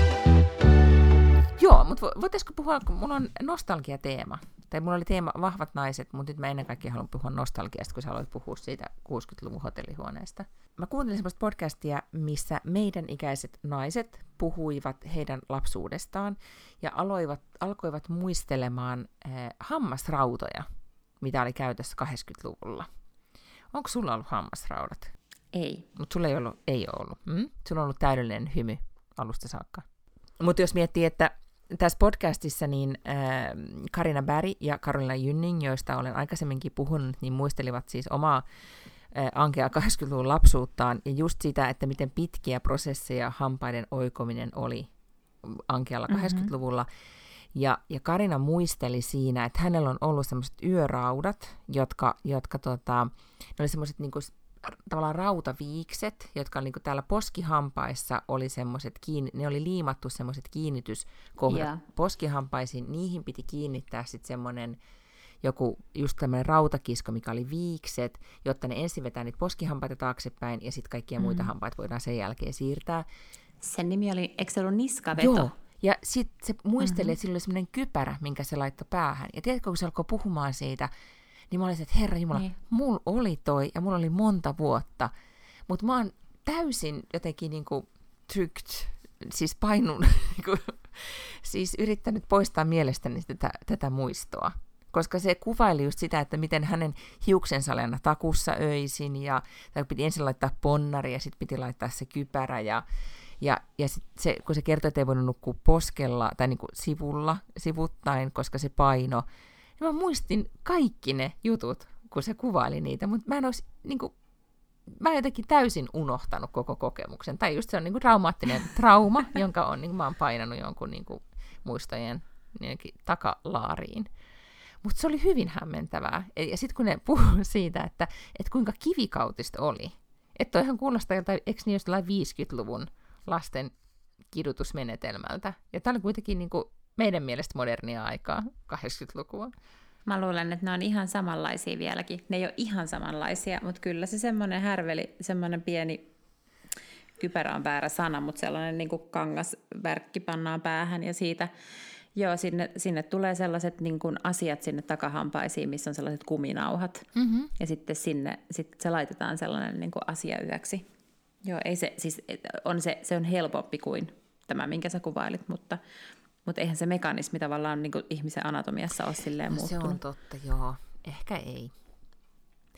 Joo, mutta voitaisiko puhua, kun mulla on nostalgiateema. Tai mulla oli teema vahvat naiset, mutta nyt mä ennen kaikkea haluan puhua nostalgiasta, kun sä aloit puhua siitä kuusikymmentäluvun hotellihuoneesta. Mä kuuntelin semmoista podcastia, missä meidän ikäiset naiset puhuivat heidän lapsuudestaan ja aloivat, alkoivat muistelemaan eh, hammasrautoja, mitä oli käytössä kahdeksankymmentäluvulla. Onko sulla ollut hammasraudat? Ei. Mutta sulla ei, ollut, ei ole ollut. Mm? Sulla on ollut täydellinen hymy alusta saakka. Mutta jos miettii, että tässä podcastissa niin äh, Carina Berg ja Carolina Gynning, joista olen aikaisemminkin puhunut, niin muistelivat siis omaa äh, ankeaa kahdeksankymmentäluvun lapsuuttaan ja just sitä, että miten pitkiä prosesseja hampaiden oikominen oli ankealla mm-hmm. kahdeksankymmentäluvulla. Ja, ja Carina muisteli siinä, että hänellä on ollut semmoiset yöraudat, jotka, jotka tota, ne oli semmoiset niinku tavallaan rautaviikset, jotka niin kuin täällä poskihampaissa oli semmoiset, kiinni, ne oli liimattu semmoiset kiinnityskohdat yeah. poskihampaisiin, niihin piti kiinnittää sitten semmoinen joku just tämmöinen rautakisko, mikä oli viikset, jotta ne ensin vetää niitä poskihampaita taaksepäin ja sitten kaikkia mm. muita hampaita voidaan sen jälkeen siirtää. Sen nimi oli, eikö se ollut niskaveto? Joo, ja sitten se muisteli, mm-hmm. että sillä oli semmoinen kypärä, minkä se laittoi päähän. Ja tiedätkö, kun se alkoi puhumaan siitä, niin mä olisin, että herra jumala, niin. mulla oli toi ja mulla oli monta vuotta, mutta mä oon täysin jotenkin niinku trykt, siis painun, siis yrittänyt poistaa mielestäni tätä, tätä muistoa. Koska se kuvaili just sitä, että miten hänen hiuksensa oli aina takussa öisin, ja tai piti ensin laittaa ponnari, ja sitten piti laittaa se kypärä, ja, ja, ja sit se, kun se kertoi, että ei voinut nukkua poskella, tai niinku sivulla, sivuttain, koska se paino, niin mä muistin kaikki ne jutut, kun se kuvaili niitä, mutta mä en olisi, niinku, mä en jotenkin täysin unohtanut koko kokemuksen. Tai just se on niinku traumaattinen trauma, jonka on, niinku, mä oon painanut jonkun niinku, muistojen takalaariin. Mutta se oli hyvin hämmentävää. Ja sitten kun ne puhuu siitä, että, että kuinka kivikautista oli, että toihan kuulostaa jotain, eikö niin jostain viisikymmentäluvun lasten kidutusmenetelmältä. Ja tämä oli kuitenkin niinku meidän mielestä modernia aikaa, kahdeksankymmentälukua. Mä luulen, että ne on ihan samanlaisia vieläkin. Ne ei ole ihan samanlaisia, mutta kyllä se semmoinen härveli, semmoinen pieni, kypärä on väärä sana, mutta sellainen niin kuin kangasvärkki pannaan päähän ja siitä, joo, sinne, sinne tulee sellaiset niin kuin asiat sinne takahampaisiin, missä on sellaiset kuminauhat. Mm-hmm. Ja sitten sinne sit se laitetaan sellainen niin kuin asiayöksi. Joo, ei se, siis on se, se on helpompi kuin tämä, minkä sä kuvailit, mutta Mutta eihän se mekanismi tavallaan niin kuin ihmisen anatomiassa ole silleen no, muuttunut. Se on totta, joo. Ehkä ei.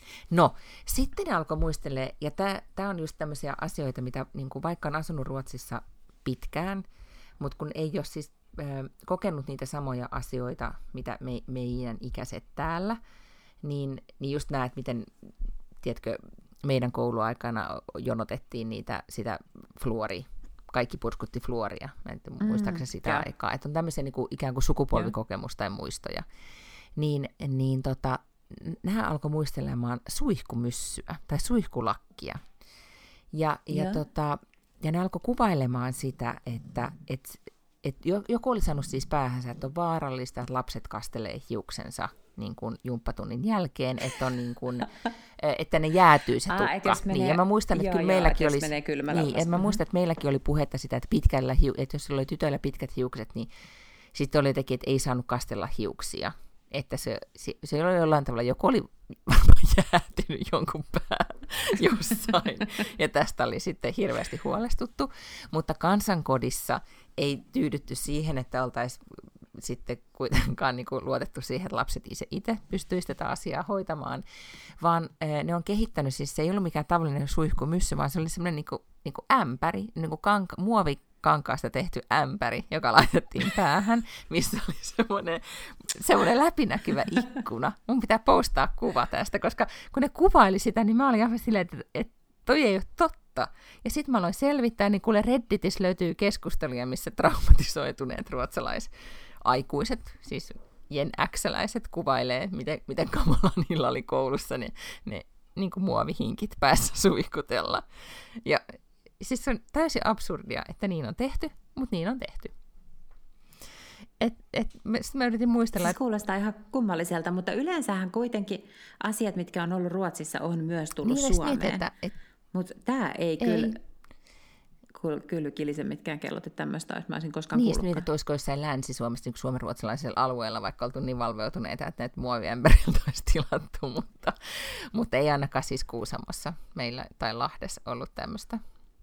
No, sitten ne alkoi muistelemaan, ja tämä on just tämmöisiä asioita, mitä niin kuin vaikka on asunut Ruotsissa pitkään, mutta kun ei ole siis äh, kokenut niitä samoja asioita, mitä me, meidän ikäiset täällä, niin, niin just näet, miten, tiedätkö, meidän kouluaikana jonotettiin niitä, sitä fluoria. Kaikki purskutti fluoria, mm, muistaakseni sitä ja. aikaa. Että on tämmöisiä niin kuin, ikään kuin sukupolvikokemus tai muistoja. Niin, niin tota, nämä alkoi muistelemaan suihkumyssyä tai suihkulakkia. Ja, ja, ja. Tota, ja ne alkoi kuvailemaan sitä, että et, et joku oli sanonut siis päähänsä, että on vaarallista, että lapset kastelee hiuksensa niin kuin jumppatunnin jälkeen, että, on niin kuin, että ne jäätyy se tukka. Ah, menee, niin, ja mä muistan, että joo, kyllä meilläkin joo, oli, niin, et mä muistan, että meilläkin oli puhetta sitä, että, pitkällä, että jos oli tytöillä pitkät hiukset, niin sitten oli jotenkin, että ei saanut kastella hiuksia. Että se, se, se oli jollain tavalla, joku oli varmaan jäätynyt jonkun päähän jossain, ja tästä oli sitten hirveästi huolestuttu, mutta kansankodissa ei tyydytty siihen, että oltaisiin sitten kuitenkaan niin kuin luotettu siihen, että lapset itse, itse pystyisivät tätä asiaa hoitamaan, vaan äh, ne on kehittänyt, siis se ei ollut mikään tavallinen suihkumyssy, vaan se oli semmoinen niin kuin, niin kuin ämpäri, niin kuin kanka, muovikankaasta tehty ämpäri, joka laitettiin päähän, missä oli semmoinen, semmoinen läpinäkyvä ikkuna. Mun pitää postaa kuva tästä, koska kun ne kuvaili sitä, niin mä olin aivan silleen, että, että toi ei ole totta. Ja sitten mä aloin selvittää, niin kuule Redditissä löytyy keskusteluja, missä traumatisoituneet ruotsalaisaikuiset, siis Gen X-läiset kuvailee, miten, miten kamala niillä oli koulussa ne, ne niin kuin muovihinkit päässä suihkutella. Ja siis se on täysin absurdia, että niin on tehty, mutta niin on tehty. Et, et, sitten mä yritin muistella. Siis kuulostaa ihan kummalliselta, mutta yleensähän kuitenkin asiat, mitkä on ollut Ruotsissa, on myös tullut niin, Suomeen. Niin, että, et, mutta tämä ei, ei kyllä, kyllä, kyllä kilise mitkään kellot, että tämmöistä olisi, mä olisin koskaan niin, kuullutkaan. Niin, että olisiko jossain Länsi-Suomessa, niin suomenruotsalaisella alueella, vaikka oltu niin valveutuneita, että näitä muoviämpäriltä olisi tilattu, mutta, mutta ei ainakaan siis Kuusamossa meillä tai Lahdessa ollut tämmöistä.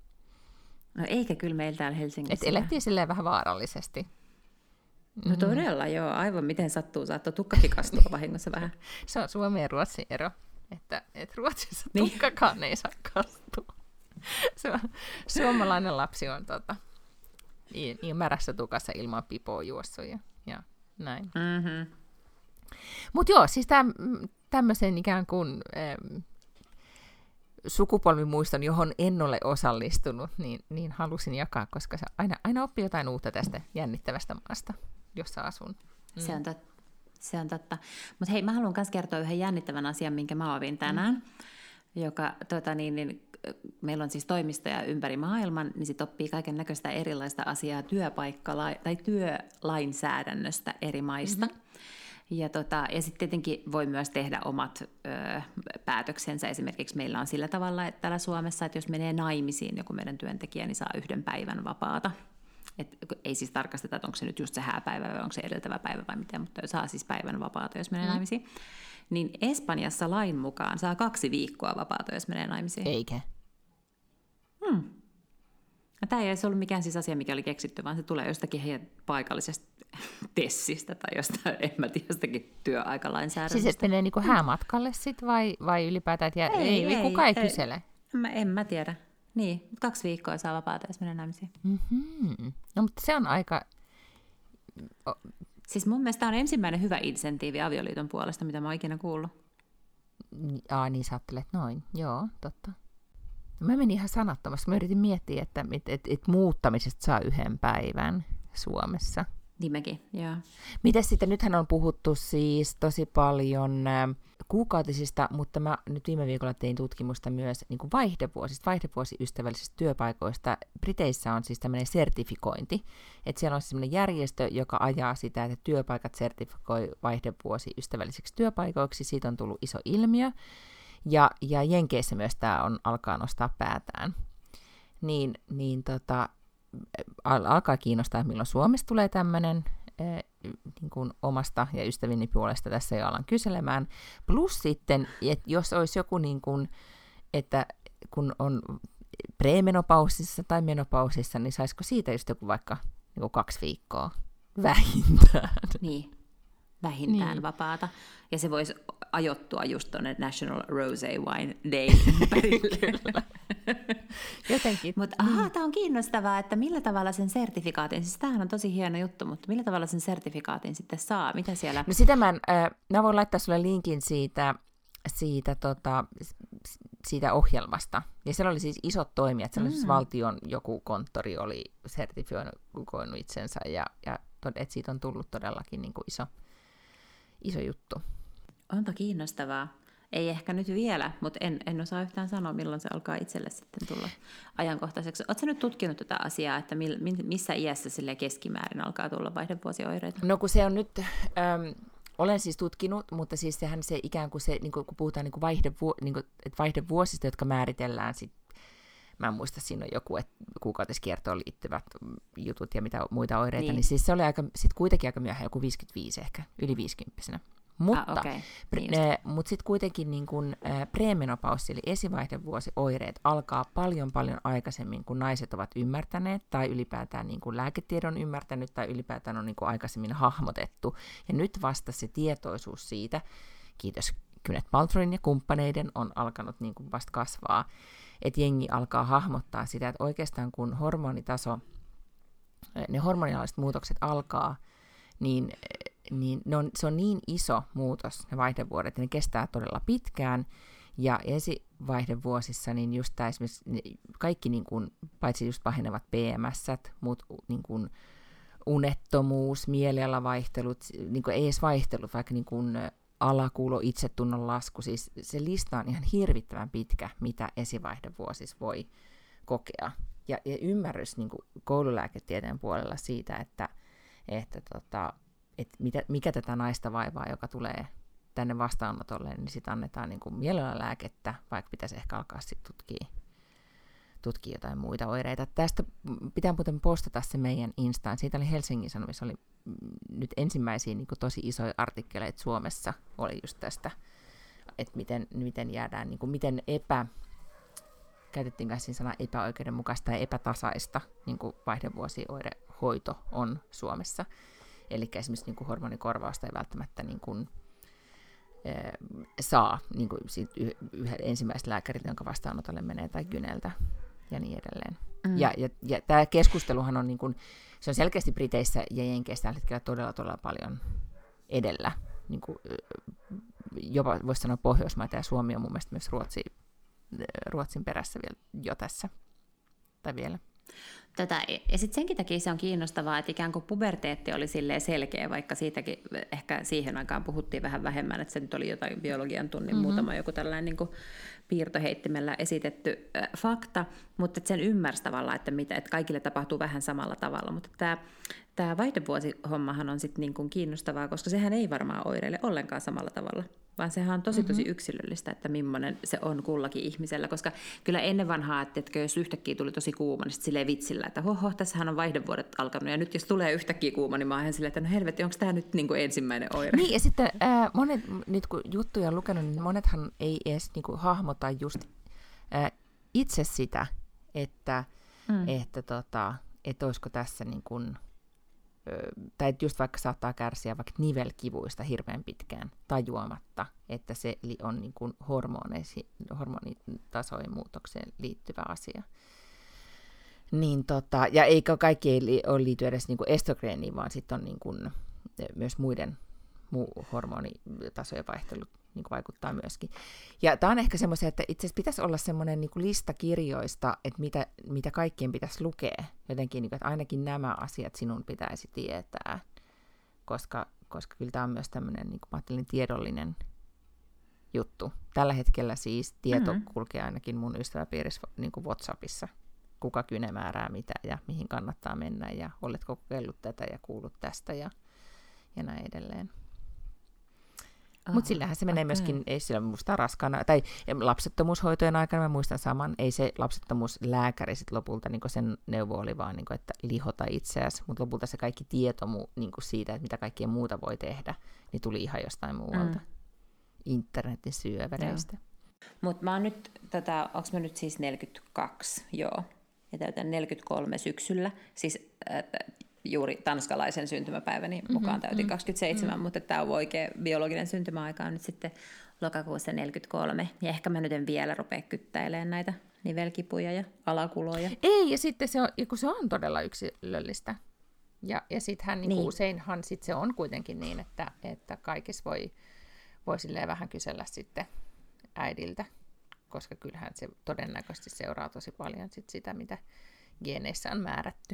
No eikä kyllä meillä täällä Helsingissä. Että elettiin silleen vähän vaarallisesti. No todella, mm. joo. Aivan miten sattuu. Saattoi tukkakin kastua vahingossa vähän. Se on Suomen ja Ruotsin ero, että, että Ruotsissa niin. Tukkakaan ei saa kastua. Se on, suomalainen lapsi on tota, niin, niin märässä tukassa ilman pipoa juossut ja, ja näin. Mm-hmm. Mutta joo, siis täm, tämmöisen ikään kuin Ähm, sukupolvimuiston, johon en ole osallistunut, niin, niin halusin jakaa, koska se aina, aina oppii jotain uutta tästä jännittävästä maasta, jossa asun. Mm. Se on totta. Se on totta. Mutta hei, mä haluan myös kertoa yhden jännittävän asian, minkä mä opin tänään, mm. joka, tota, niin, niin, meillä on siis toimistoja ympäri maailman, niin sit oppii kaiken näköistä erilaista asiaa työpaikka- tai työlainsäädännöstä eri maista. Mm-hmm. Ja, tota, ja sitten tietenkin voi myös tehdä omat ö, päätöksensä. Esimerkiksi meillä on sillä tavalla, että täällä Suomessa, että jos menee naimisiin joku meidän työntekijä, niin saa yhden päivän vapaata. Et ei siis tarkasteta, että onko se nyt just se hääpäivä vai onko se edeltävä päivä vai mitä, mutta saa siis päivän vapaata, jos menee mm. naimisiin. Niin Espanjassa lain mukaan saa kaksi viikkoa vapaata, jos menee naimisiin. Eikä. Hmm. Tämä ei edes ollut mikään siis asia, mikä oli keksitty, vaan se tulee jostakin heidän paikallisesta tessistä tai jostain, en mä tiedä, jostakin työaikalainsäädännöstä. Siis et menee niinku häämatkalle sit vai, vai ylipäätään, että ei, ei, ei, kukaan ei, ei kysele? Mä, en mä tiedä. Niin, kaksi viikkoa saa vapaata, jos menee naimisiin. Mm-hmm. No, mutta se on aika... Siis mun mielestä on ensimmäinen hyvä insentiivi avioliiton puolesta, mitä mä oon ikinä kuullut. Aa, niin sä ajattelet noin. Joo, totta. Mä menin ihan sanattomasti. Mä yritin miettiä, että et, et, et muuttamisesta saa yhden päivän Suomessa. Niin mekin, joo. Mites sitten, nythän on puhuttu siis tosi paljon äh, kuukautisista, mutta mä nyt viime viikolla tein tutkimusta myös niin kuin vaihdevuosista, vaihdevuosiystävällisistä työpaikoista. Briteissä on siis tämmöinen sertifikointi, että siellä on semmoinen järjestö, joka ajaa sitä, että työpaikat sertifikoi vaihdevuosiystävällisiksi työpaikoiksi. Siitä on tullut iso ilmiö. Ja, ja Jenkeissä myös tämä on, alkaa nostaa päätään. Niin, niin tota, al- alkaa kiinnostaa, milloin Suomessa tulee tämmöinen eh, niin kuin omasta ja ystävini puolesta tässä jo alan kyselemään. Plus sitten, että jos olisi joku, niin kuin, että kun on premenopausissa tai menopausissa, niin saisiko siitä just joku vaikka niin kuin kaksi viikkoa vähintään? Niin, vähintään niin. Vapaata. Ja se voisi ajoittua just tuonne National Rosé Wine Day ympärille. Jotenkin. Mutta ahaa, tämä on kiinnostavaa, että millä tavalla sen sertifikaatin, siis tämähän on tosi hieno juttu, mutta millä tavalla sen sertifikaatin sitten saa? Mitä siellä? No sitä mä, en, äh, mä voin laittaa sulle linkin siitä, siitä, tota, siitä ohjelmasta. Ja siellä oli siis isot toimijat, siellä mm. siis valtion joku konttori oli sertifioinut itsensä ja, ja että siitä on tullut todellakin niin kuin iso, iso juttu. Onpa kiinnostavaa. Ei ehkä nyt vielä, mutta en, en osaa yhtään sanoa, milloin se alkaa itselle sitten tulla ajankohtaiseksi. Oletko nyt tutkinut tätä asiaa, että missä iässä sille keskimäärin alkaa tulla vaihdevuosioireita? No kun se on nyt, äm, olen siis tutkinut, mutta siis sehän se ikään kuin se, niin kuin, kun puhutaan niin kuin vaihdevuo, niin kuin, että vaihdevuosista, jotka määritellään sit, mä en muista, siinä on joku, että kuukautiskiertoon liittyvät jutut ja mitä muita oireita, niin, niin siis se oli aika, sit kuitenkin aika myöhään, joku viisikymmentäviisi ehkä, yli viisikymppisenä. Mutta, ah, okay. niin äh, mutta sitten kuitenkin niin kun, äh, premenopausi, eli esivaihdevuosioireet, alkaa paljon paljon aikaisemmin, kun naiset ovat ymmärtäneet, tai ylipäätään niin kun lääketiedon ymmärtänyt, tai ylipäätään on niin kun aikaisemmin hahmotettu. Ja nyt vasta se tietoisuus siitä, kiitos Gwyneth Paltrown ja kumppaneiden, on alkanut niin kun vasta kasvaa, että jengi alkaa hahmottaa sitä, että oikeastaan kun hormonitaso, ne hormoniaaliset muutokset alkaa, niin niin ne on, se on niin iso muutos, ne vaihdevuodet, että ne kestää todella pitkään, ja esivaihdevuosissa, niin just tämä esimerkiksi kaikki, niin kuin, paitsi just pahenevat P M S, mutta niin kuin unettomuus, mielialavaihtelut, niin kuin ei edes vaihtelut, vaikka niin kuin alakuulo, itsetunnon lasku, siis se lista on ihan hirvittävän pitkä, mitä esivaihdevuosissa voi kokea. Ja, ja ymmärrys niin kuin koululääketieteen puolella siitä, että, että tota, että mitä, mikä tätä naista vaivaa, joka tulee tänne vastaanotolle, niin sitten annetaan niin kuin mielellä lääkettä, vaikka pitäisi ehkä alkaa sitten tutkia, tutkia jotain muita oireita. Tästä pitää muuten postata se meidän Instaan. Siitä oli Helsingin Sanomissa, oli nyt ensimmäisiä niin kuin tosi isoja artikkeleita Suomessa, oli just tästä, että miten, miten jäädään, niin kuin miten epä, käytettiin siinä sanaa epäoikeudenmukaista ja epätasaista niin kuin vaihdevuosioirehoito on Suomessa. Eli esimerkiksi niin kuin hormonikorvausta ei välttämättä niin kuin, e, saa niin kuin siitä yh, yhden ensimmäistä lääkäriltä, jonka vastaanotolle menee, tai Gyneltä ja niin edelleen. Mm. Ja, ja, ja tämä keskusteluhan on, niin kuin, se on selkeästi Briteissä ja Jenkeissä tällä hetkellä todella, todella paljon edellä. Niin kuin, jopa voisi sanoa Pohjoismaita, ja Suomi on mun mielestä myös Ruotsi, Ruotsin perässä vielä jo tässä, tai vielä. Tätä, ja sitten senkin takia se on kiinnostavaa, että ikään kuin puberteetti oli silleen selkeä, vaikka siitäkin ehkä siihen aikaan puhuttiin vähän vähemmän, että se nyt oli jotain biologian tunnin mm-hmm. muutama joku tällainen niin kuin piirtoheittimellä esitetty äh, fakta, mutta että sen ymmärsi tavallaan, että, mitä, että kaikille tapahtuu vähän samalla tavalla, mutta tämä, tämä vaihdevuosihommahan on sitten niin kuin kiinnostavaa, koska sehän ei varmaan oireile ollenkaan samalla tavalla, vaan sehän on tosi tosi mm-hmm. yksilöllistä, että millainen se on kullakin ihmisellä, koska kyllä ennen vanhaa, että, että jos yhtäkkiä tuli tosi kuuma, niin sitten silleen vitsillä, että hoho, tässähän on vaihdevuodet alkanut, ja nyt jos tulee yhtäkkiä kuuma, niin mä oon silleen, että no helvetti, onko tämä nyt niin kuin ensimmäinen oire? Niin, ja sitten äh, monet, nyt kun juttuja on lukenut, niin monethan ei edes niin kuin hahmota just äh, itse sitä, että, mm. että, tota, että olisiko tässä niin kuin, tai just vaikka saattaa kärsiä vaikka nivelkivuista hirveän pitkään tajuamatta, että se on niin kuin hormonitasojen muutokseen liittyvä asia. Niin tota, ja eikä kaikki ei ole liity edes niin kuin estrogeeniin, vaan sitten on niin kuin myös muiden muu hormonitasojen vaihtelut niin kuin vaikuttaa myöskin. Ja tämä on ehkä semmoisia, että itse asiassa pitäisi olla semmoinen niin kuin lista kirjoista, että mitä, mitä kaikkien pitäisi lukea. Jotenkin, niin kuin, että ainakin nämä asiat sinun pitäisi tietää, koska, koska kyllä tämä on myös tämmöinen, niin kuin mä ajattelin, tiedollinen juttu. Tällä hetkellä siis tieto mm-hmm. kulkee ainakin mun ystäväpiirissä niin kuin WhatsAppissa. Kuka kyne määrää mitä ja mihin kannattaa mennä ja oletko kokeillut tätä ja kuullut tästä ja, ja näin edelleen. Mutta sillähän se menee okay. myöskin, ei sillä muista raskaana, tai lapsettomuushoitojen aikana mä muistan saman, ei se lapsettomuuslääkäri sit lopulta niin sen neuvo oli vaan, niin kuin, että lihota itseäsi, mutta lopulta se kaikki tieto niin siitä, että mitä kaikkea muuta voi tehdä, niin tuli ihan jostain muualta, mm. internetin syövereistä. Mutta mä oon nyt, tätä, onko mä nyt siis neljäkymmentäkaksi, joo, ja täytän neljäkymmentäkolme syksyllä, siis äh, juuri tanskalaisen syntymäpäiväni mukaan Mm-hmm, täytin kaksikymmentäseitsemän, mm. mutta tämä on oikea biologinen syntymäaika on nyt sitten lokakuussa neljäkymmentäkolme. Ja ehkä mä nyt en vielä rupea kyttäilemään näitä nivelkipuja ja alakuloja. Ei, ja sitten se on, kun se on todella yksilöllistä. Ja, ja sittenhän niin niin. useinhan sit se on kuitenkin niin, että, että kaikissa voi, voi vähän kysellä sitten äidiltä, koska kyllähän se todennäköisesti seuraa tosi paljon sit sitä, mitä geeneissä on määrätty.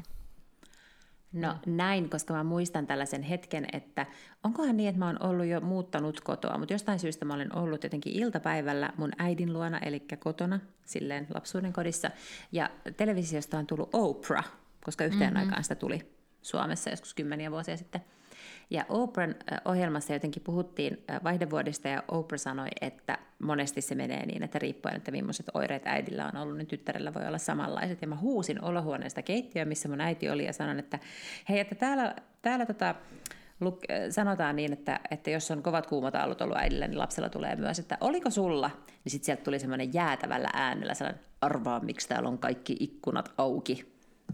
No näin, koska mä muistan tällaisen hetken, että onkohan niin, että mä oon ollut jo muuttanut kotoa, mutta jostain syystä mä olen ollut jotenkin iltapäivällä mun äidin luona, eli kotona, silleen lapsuuden kodissa, ja televisiosta on tullut Oprah, koska yhteen mm-hmm. aikaan sitä tuli Suomessa joskus kymmeniä vuosia sitten. Ja Oprahn ohjelmassa jotenkin puhuttiin vaihdevuodista, ja Oprah sanoi, että monesti se menee niin, että riippuen, että millaiset oireet äidillä on ollut, niin tyttärellä voi olla samanlaiset. Ja mä huusin olohuoneesta keittiöön, missä mun äiti oli, ja sanon, että hei, että täällä, täällä tota, luk, sanotaan niin, että, että jos on kovat kuumat aallot ollut äidillä, niin lapsella tulee myös, että oliko sulla? Niin sitten sieltä tuli semmoinen jäätävällä äänellä, sellainen, arvaa, miksi täällä on kaikki ikkunat auki.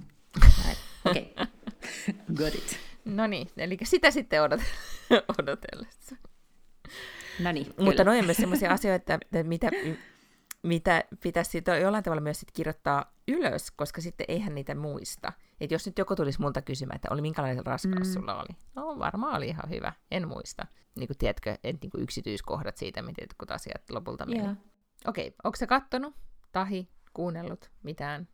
Okei, okay. Got it. No niin, eli sitä sitten odot- odotellessa. No niin, mutta noin on myös sellaisia asioita, että mitä, mitä pitäisi siitä jollain tavalla myös sit kirjoittaa ylös, koska sitten eihän niitä muista. Et jos nyt joku tulisi multa kysymään, että oli minkälainen raskaus mm. sulla oli? No varmaan oli ihan hyvä, en muista. Niin kuin, tiedätkö, et, niin kuin yksityiskohdat siitä, miten jotkut asiat lopulta meni. Yeah. Okei, okay, onko se kattonut, tahi, kuunnellut mitään?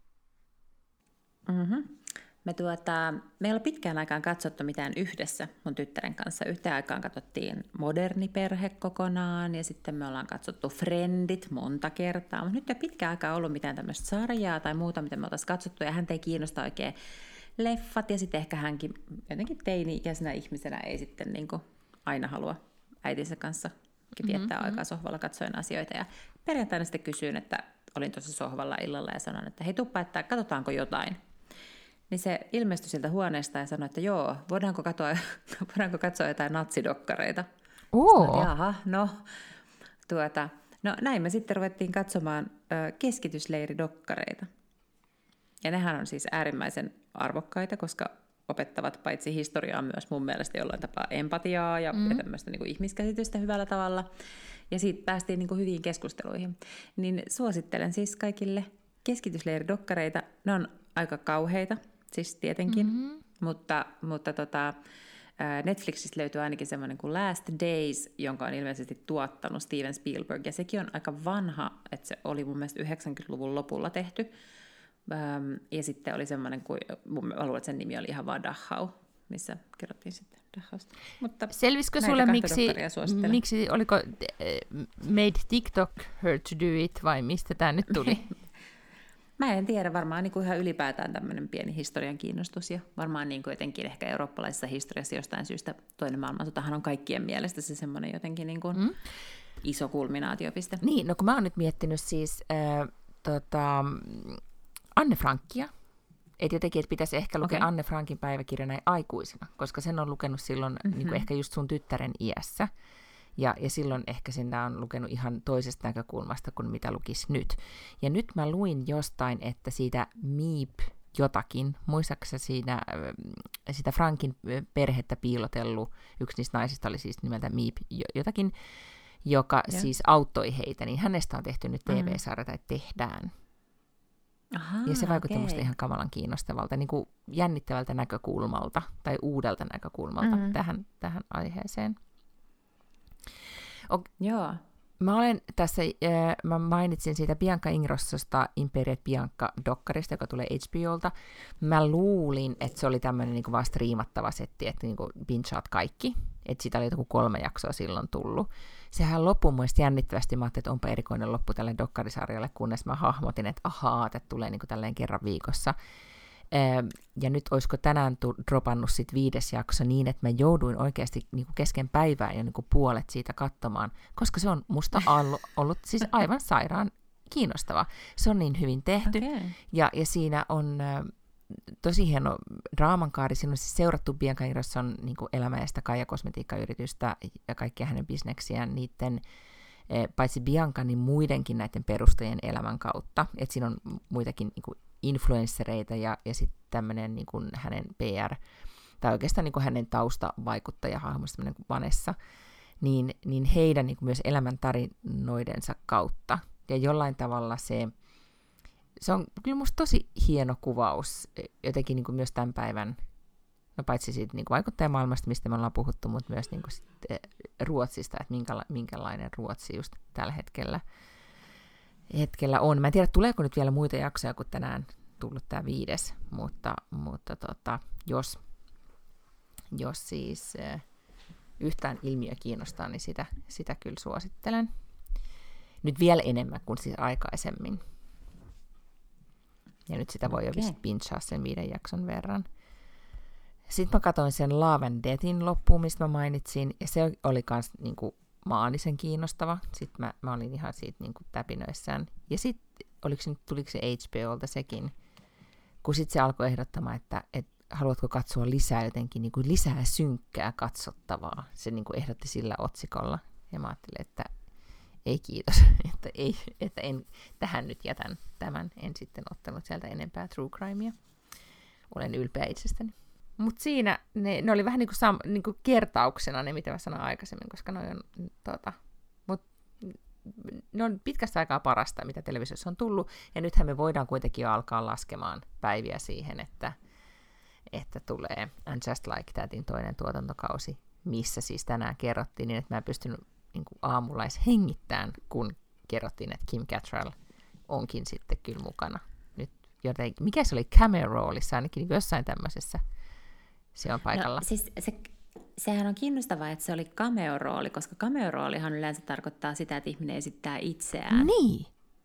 Mhm. Me, tuota, me ei ole pitkään aikaan katsottu mitään yhdessä mun tyttären kanssa. Yhteen aikaan katsottiin Moderni perhe kokonaan ja sitten me ollaan katsottu Friendit monta kertaa. Mutta nyt ei pitkään aikaa ollut mitään tämmöistä sarjaa tai muuta, mitä me oltaisiin katsottu ja häntä ei kiinnosta oikein leffat. Ja sitten ehkä hänkin jotenkin teini-ikäisenä ihmisenä ei sitten niin kuin aina halua äitinsä kanssa viettää mm-hmm. aikaa sohvalla katsoen asioita. Ja perjantaina sitten kysyin, että olin tuossa sohvalla illalla ja sanoin, että hei tuppa, että katsotaanko jotain. Niin se ilmestyi sieltä huoneesta ja sanoi, että joo, voidaanko katsoa, voidaanko katsoa jotain natsidokkareita. Oo. Jaha, no, tuota, no näin me sitten ruvettiin katsomaan ö, keskitysleiridokkareita. Ja nehän on siis äärimmäisen arvokkaita, koska opettavat paitsi historiaa myös mun mielestä jollain tapaa empatiaa ja, mm. ja tämmöistä niin kuin ihmiskäsitystä hyvällä tavalla. Ja siitä päästiin niin kuin hyviin keskusteluihin. Niin suosittelen siis kaikille keskitysleiridokkareita. Ne on aika kauheita. Siis tietenkin, mm-hmm. mutta, mutta tota, Netflixistä löytyy ainakin semmoinen kuin Last Days, jonka on ilmeisesti tuottanut Steven Spielberg, ja sekin on aika vanha, että se oli mun mielestä yhdeksänkymmentäluvun lopulla tehty, ja sitten oli semmoinen kuin, mä luulen, että sen nimi oli ihan vaan Dachau, missä kerrottiin sitten Dachausta. Mutta selvisikö sulle, miksi, miksi, oliko Made TikTok Her to Do It, vai mistä tämä nyt tuli? Mä en tiedä, varmaan niin kuin ihan ylipäätään tämmöinen pieni historian kiinnostus ja varmaan niin kuin jotenkin ehkä eurooppalaisessa historiassa jostain syystä toinen maailmansotahan on kaikkien mielestä se semmoinen jotenkin niin kuin mm. iso kulminaatiopiste. Niin, no kun mä oon nyt miettinyt siis äh, tota, Anne Frankia, että jotenkin, että pitäisi ehkä lukea okay. Anne Frankin päiväkirja näin aikuisena, koska sen on lukenut silloin mm-hmm. niin kuin ehkä just sun tyttären iässä. Ja, ja silloin ehkä sinä on lukenut ihan toisesta näkökulmasta kuin mitä lukisi nyt. Ja nyt mä luin jostain, että siitä Meep jotakin, muistaaksä siinä, sitä Frankin perhettä piilotellut, yksi niistä naisista oli siis nimeltä Meep jotakin, joka ja. siis auttoi heitä, niin hänestä on tehty nyt T V-sarja tai tehdään. Aha, ja se vaikutti okay. musta ihan kamalan kiinnostavalta, niin kuin jännittävältä näkökulmalta tai uudelta näkökulmalta mm-hmm. tähän, tähän aiheeseen. Okay. Joo. Mä olen tässä, äh, mä mainitsin siitä Bianca Ingrossosta Imperial Bianca-dokkarista, joka tulee H B O:lta. Mä luulin, että se oli tämmöinen niinku vaan striimattava setti, että niinku bingeat kaikki. Että siitä oli joku kolme jaksoa silloin tullut. Sehän loppui mun mielestä jännittävästi. Mä ajattelin, että onpa erikoinen loppu tälle dokkarisarjalle, kunnes mä hahmotin, että ahaa, että tulee niinku tälleen kerran viikossa. Ja nyt olisiko tänään tu- dropannut sit viides jakso niin, että mä jouduin oikeasti niinku kesken päivää jo niinku puolet siitä katsomaan, koska se on musta ollut, ollut siis aivan sairaan kiinnostava. Se on niin hyvin tehty, okay. ja, ja siinä on äh, tosi hieno draamankaari. Siinä on siis seurattu Bianca Ingrosson niinku elämää ja sitä Kaija-kosmetiikkayritystä ja kaikkia hänen bisneksiään niiden paitsi Bianca, niin muidenkin näiden perustajien elämän kautta. Et siinä on muitakin niin kuin influenssereita ja, ja sitten tämmöinen niin kuin hänen P R tai oikeastaan niin kuin hänen taustavaikuttajahahmosta, tämmöinen kuin Vanessa, niin, niin heidän niin kuin myös elämäntarinoidensa kautta. Ja jollain tavalla se, se on kyllä musta tosi hieno kuvaus jotenkin niin kuin myös tämän päivän, no paitsi siitä niin kuin vaikuttajamaailmasta, mistä me ollaan puhuttu, mutta myös niin kuin sitten Ruotsista, että minkäla- minkälainen Ruotsi just tällä hetkellä, hetkellä on. Mä en tiedä, tuleeko nyt vielä muita jaksoja, kun tänään tullut tämä viides, mutta, mutta tota, jos, jos siis äh, yhtään ilmiö kiinnostaa, niin sitä, sitä kyllä suosittelen. Nyt vielä enemmän kuin siis aikaisemmin. Ja nyt sitä voi okay. jo pinchaa sen viiden jakson verran. Sitten mä katsoin sen Love and Deathin loppuun, mistä mä mainitsin, ja se oli myös niinku maanisen kiinnostava. Sitten mä, mä olin ihan siitä niinku täpinöissään. Ja sitten tuliko se H B O:lta sekin, kun sitten se alkoi ehdottamaan, että et, haluatko katsoa lisää jotenkin niinku lisää synkkää katsottavaa. Se niinku ehdotti sillä otsikolla. Ja mä ajattelin, että ei kiitos, että, ei, että en, tähän nyt jätän tämän. En sitten ottanut sieltä enempää true crimea. Olen ylpeä itsestäni. Mutta siinä ne, ne oli vähän niinku sam, niinku kertauksena ne, mitä mä sanoin aikaisemmin, koska ne on, tota, mut, ne on pitkästä aikaa parasta, mitä televisiossa on tullut. Ja nythän me voidaan kuitenkin alkaa laskemaan päiviä siihen, että, että tulee And Just Like Thatin toinen tuotantokausi, missä siis tänään kerrottiin, niin että mä en pystynyt niin kuin aamulla edes hengittämään, kun kerrottiin, että Kim Cattrall onkin sitten kyllä mukana. Nyt joten, mikä se oli cameo-roolissa, ainakin niin jossain tämmöisessä se on paikalla. No, siis se, sehän on kiinnostavaa, että se oli cameo-rooli, koska cameo-roolihan yleensä tarkoittaa sitä, että ihminen esittää itseään. Niin.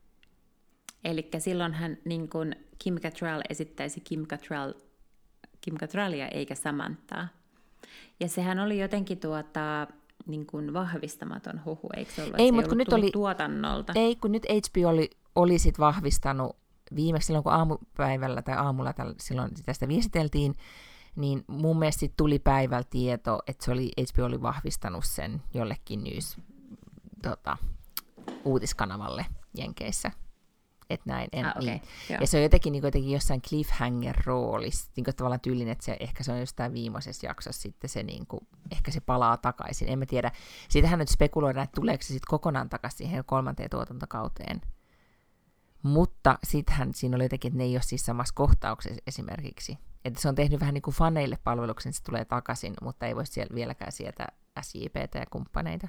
Eli silloin hän niin kuin Kim Cattrall esittäisi Kim, Cattrall, Kim Cattrallia eikä Samanthaa. Ja sehän oli jotenkin tuota... niin kuin vahvistamaton huhu, eikö se ollut, ei, se mutta kun nyt oli tuotannolta? Ei, kun nyt H B O oli, oli sit vahvistanut viimeksi silloin, kun aamupäivällä tai aamulla täl, silloin tästä viestiteltiin, niin mun mielestä sit tuli päivällä tieto, että se oli, H B O oli vahvistanut sen jollekin news, tota, uutiskanavalle Jenkeissä. Että näin. En, ah, okay. niin. Ja se on jotenkin, niin jotenkin jossain cliffhanger-roolissa, niin kuin tavallaan tyylin, että se, ehkä se on jostain viimeisessä jaksossa sitten se, niin kuin, ehkä se palaa takaisin. En mä tiedä. Siitähän nyt spekuloidaan, että tuleeko se sitten kokonaan takaisin siihen kolmanteen tuotantokauteen. Mutta sittenhän siinä oli jotenkin, että ne ei ole siis samassa kohtauksessa esimerkiksi. Että se on tehnyt vähän niin kuin faneille palveluksen, että se tulee takaisin, mutta ei voi siellä vieläkään sieltä S J P:tä ja kumppaneita.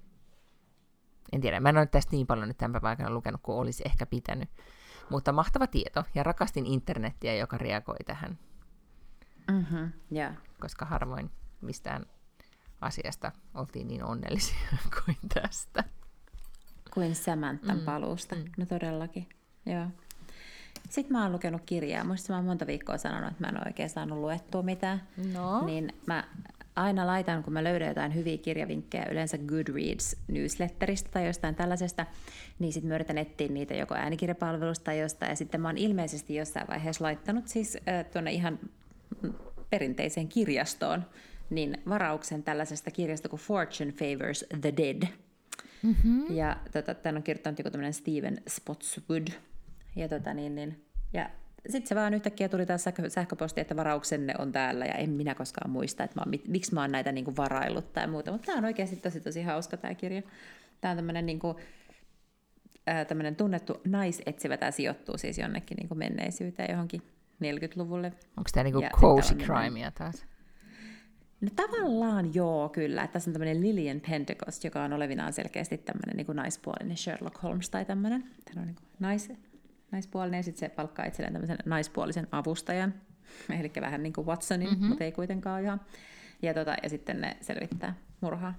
En tiedä, mä en ole tästä niin paljon nyt tämän päivän aikana lukenut, kuin olisi ehkä pitänyt. Mutta mahtava tieto, ja rakastin internettiä, joka reagoi tähän. Mm-hmm, yeah. Koska harvoin mistään asiasta oltiin niin onnellisia kuin tästä. Kuin Samanthan mm. paluusta, mm. no todellakin, joo. Sitten mä oon lukenut kirjaa. Muista mä oon monta viikkoa sanonut, että mä en ole oikein saanut luettua mitään. No. Niin mä aina laitan, kun mä löydän jotain hyviä kirjavinkkejä, yleensä Goodreads-newsletteristä tai jostain tällaisesta, niin sitten mä yritän etsiä niitä joko äänikirjapalvelusta tai jostain. Ja sitten mä oon ilmeisesti jossain vaiheessa laittanut siis äh, tuonne ihan perinteiseen kirjastoon niin varauksen tällaisesta kirjasta kuin Fortune Favors the Dead. Mm-hmm. Ja tota, tämän on kirjoittanut joku tämmöinen Steven Spotswood. Ja, tota, niin, niin, ja sitten se vaan yhtäkkiä tuli taas sähkö, sähköposti, että varauksenne on täällä, ja en minä koskaan muista, että mä oon, miksi mä oon näitä niin kuin varaillut tai muuta. Mutta tämä on oikeasti tosi tosi hauska tämä kirja. Tämä on tämmöinen niin kuin, ää, tämmöinen tunnettu naisetsivä, tämä sijoittuu siis jonnekin niin kuin menneisyyteen johonkin neljäkymmentäluvulle. Onko tämä niin kuin cozy crimea taas? No tavallaan joo, kyllä. Että tässä on tämmöinen Lillian Pentecost, joka on olevinaan selkeästi tämmöinen niin kuin naispuolinen Sherlock Holmes tai tämmöinen. Tämä on niin kuin nais, naispuolinen ja sitten se palkkaa itselleen tämmöisen naispuolisen avustajan. Eli vähän niin kuin Watsonin, mm-hmm. mutta ei kuitenkaan ihan. Ja, tota, ja sitten ne selvittää murhaa.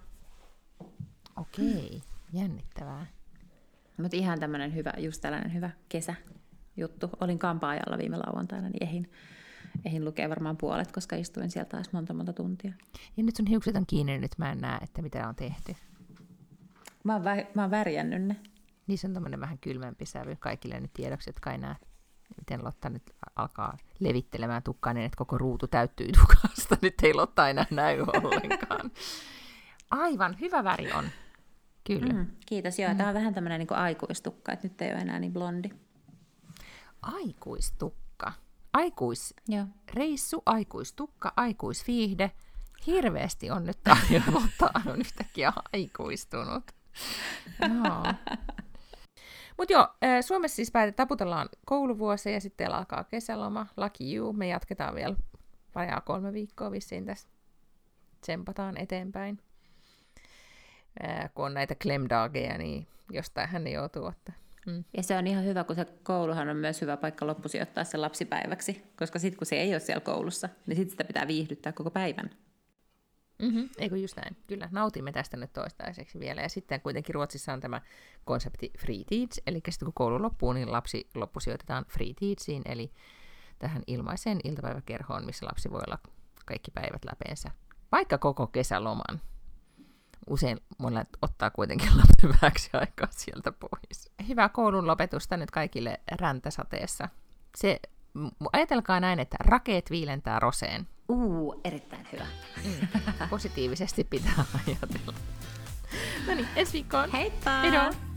Okei, jännittävää. Mutta ihan tämmöinen hyvä, just tällainen hyvä kesäjuttu. Olin kampaajalla viime lauantaina, niin ehin. Ehin lukee varmaan puolet, koska istuin sieltä taas monta monta tuntia. Ja nyt sun hiukset on kiinni, nyt mä en näe, että mitä on tehty. Mä oon, vä- mä oon värjännyt ne. Niin se on tämmöinen vähän kylmempi sävy kaikille nyt tiedoksi, jotka ei näe, miten Lotta nyt alkaa levittelemään tukkaa niin, että koko ruutu täyttyy tukasta. Nyt ei Lotta enää näy ollenkaan. Aivan, hyvä väri on. Kyllä. Mm, kiitos. Joo, mm. Tämä on vähän tämmöinen niin kuin aikuistukka, että nyt ei ole enää niin blondi. Aikuistukka? aikuisreissu, aikuistukka, aikuisviihde. Hirveästi on nyt tarjolla, mutta on yhtäkkiä aikuistunut. No. Mutta joo, Suomessa siis päätetään, taputellaan kouluvuosia ja sitten alkaa kesäloma. Lucky you. Me jatketaan vielä vajaa kolme viikkoa vissiin tässä. Tsempataan eteenpäin. Ää, kun on näitä klemdageja, niin jostain hän joutuu ottaa. Mm. Ja se on ihan hyvä, kun se kouluhan on myös hyvä paikka loppusijoittaa sen lapsipäiväksi, koska sitten kun se ei ole siellä koulussa, niin sitten sitä pitää viihdyttää koko päivän. Mm-hmm. Eikö just näin? Kyllä, nautimme tästä nyt toistaiseksi vielä. Ja sitten kuitenkin Ruotsissa on tämä konsepti free teach, eli sitten kun koulu loppuu, niin lapsi loppusijoitetaan free teachiin, eli tähän ilmaiseen iltapäiväkerhoon, missä lapsi voi olla kaikki päivät läpeensä, vaikka koko kesäloman. Usein monet ottaa kuitenkin lapsen vähäksi aikaa sieltä pois. Hyvää koulun lopetusta nyt kaikille räntäsateessa. Se, ajatelkaa näin, että rakeet viilentää roseen. Uu, erittäin hyvä. Mm. Positiivisesti pitää ajatella. No niin, ensi viikkoon. Heippa! Heidoo!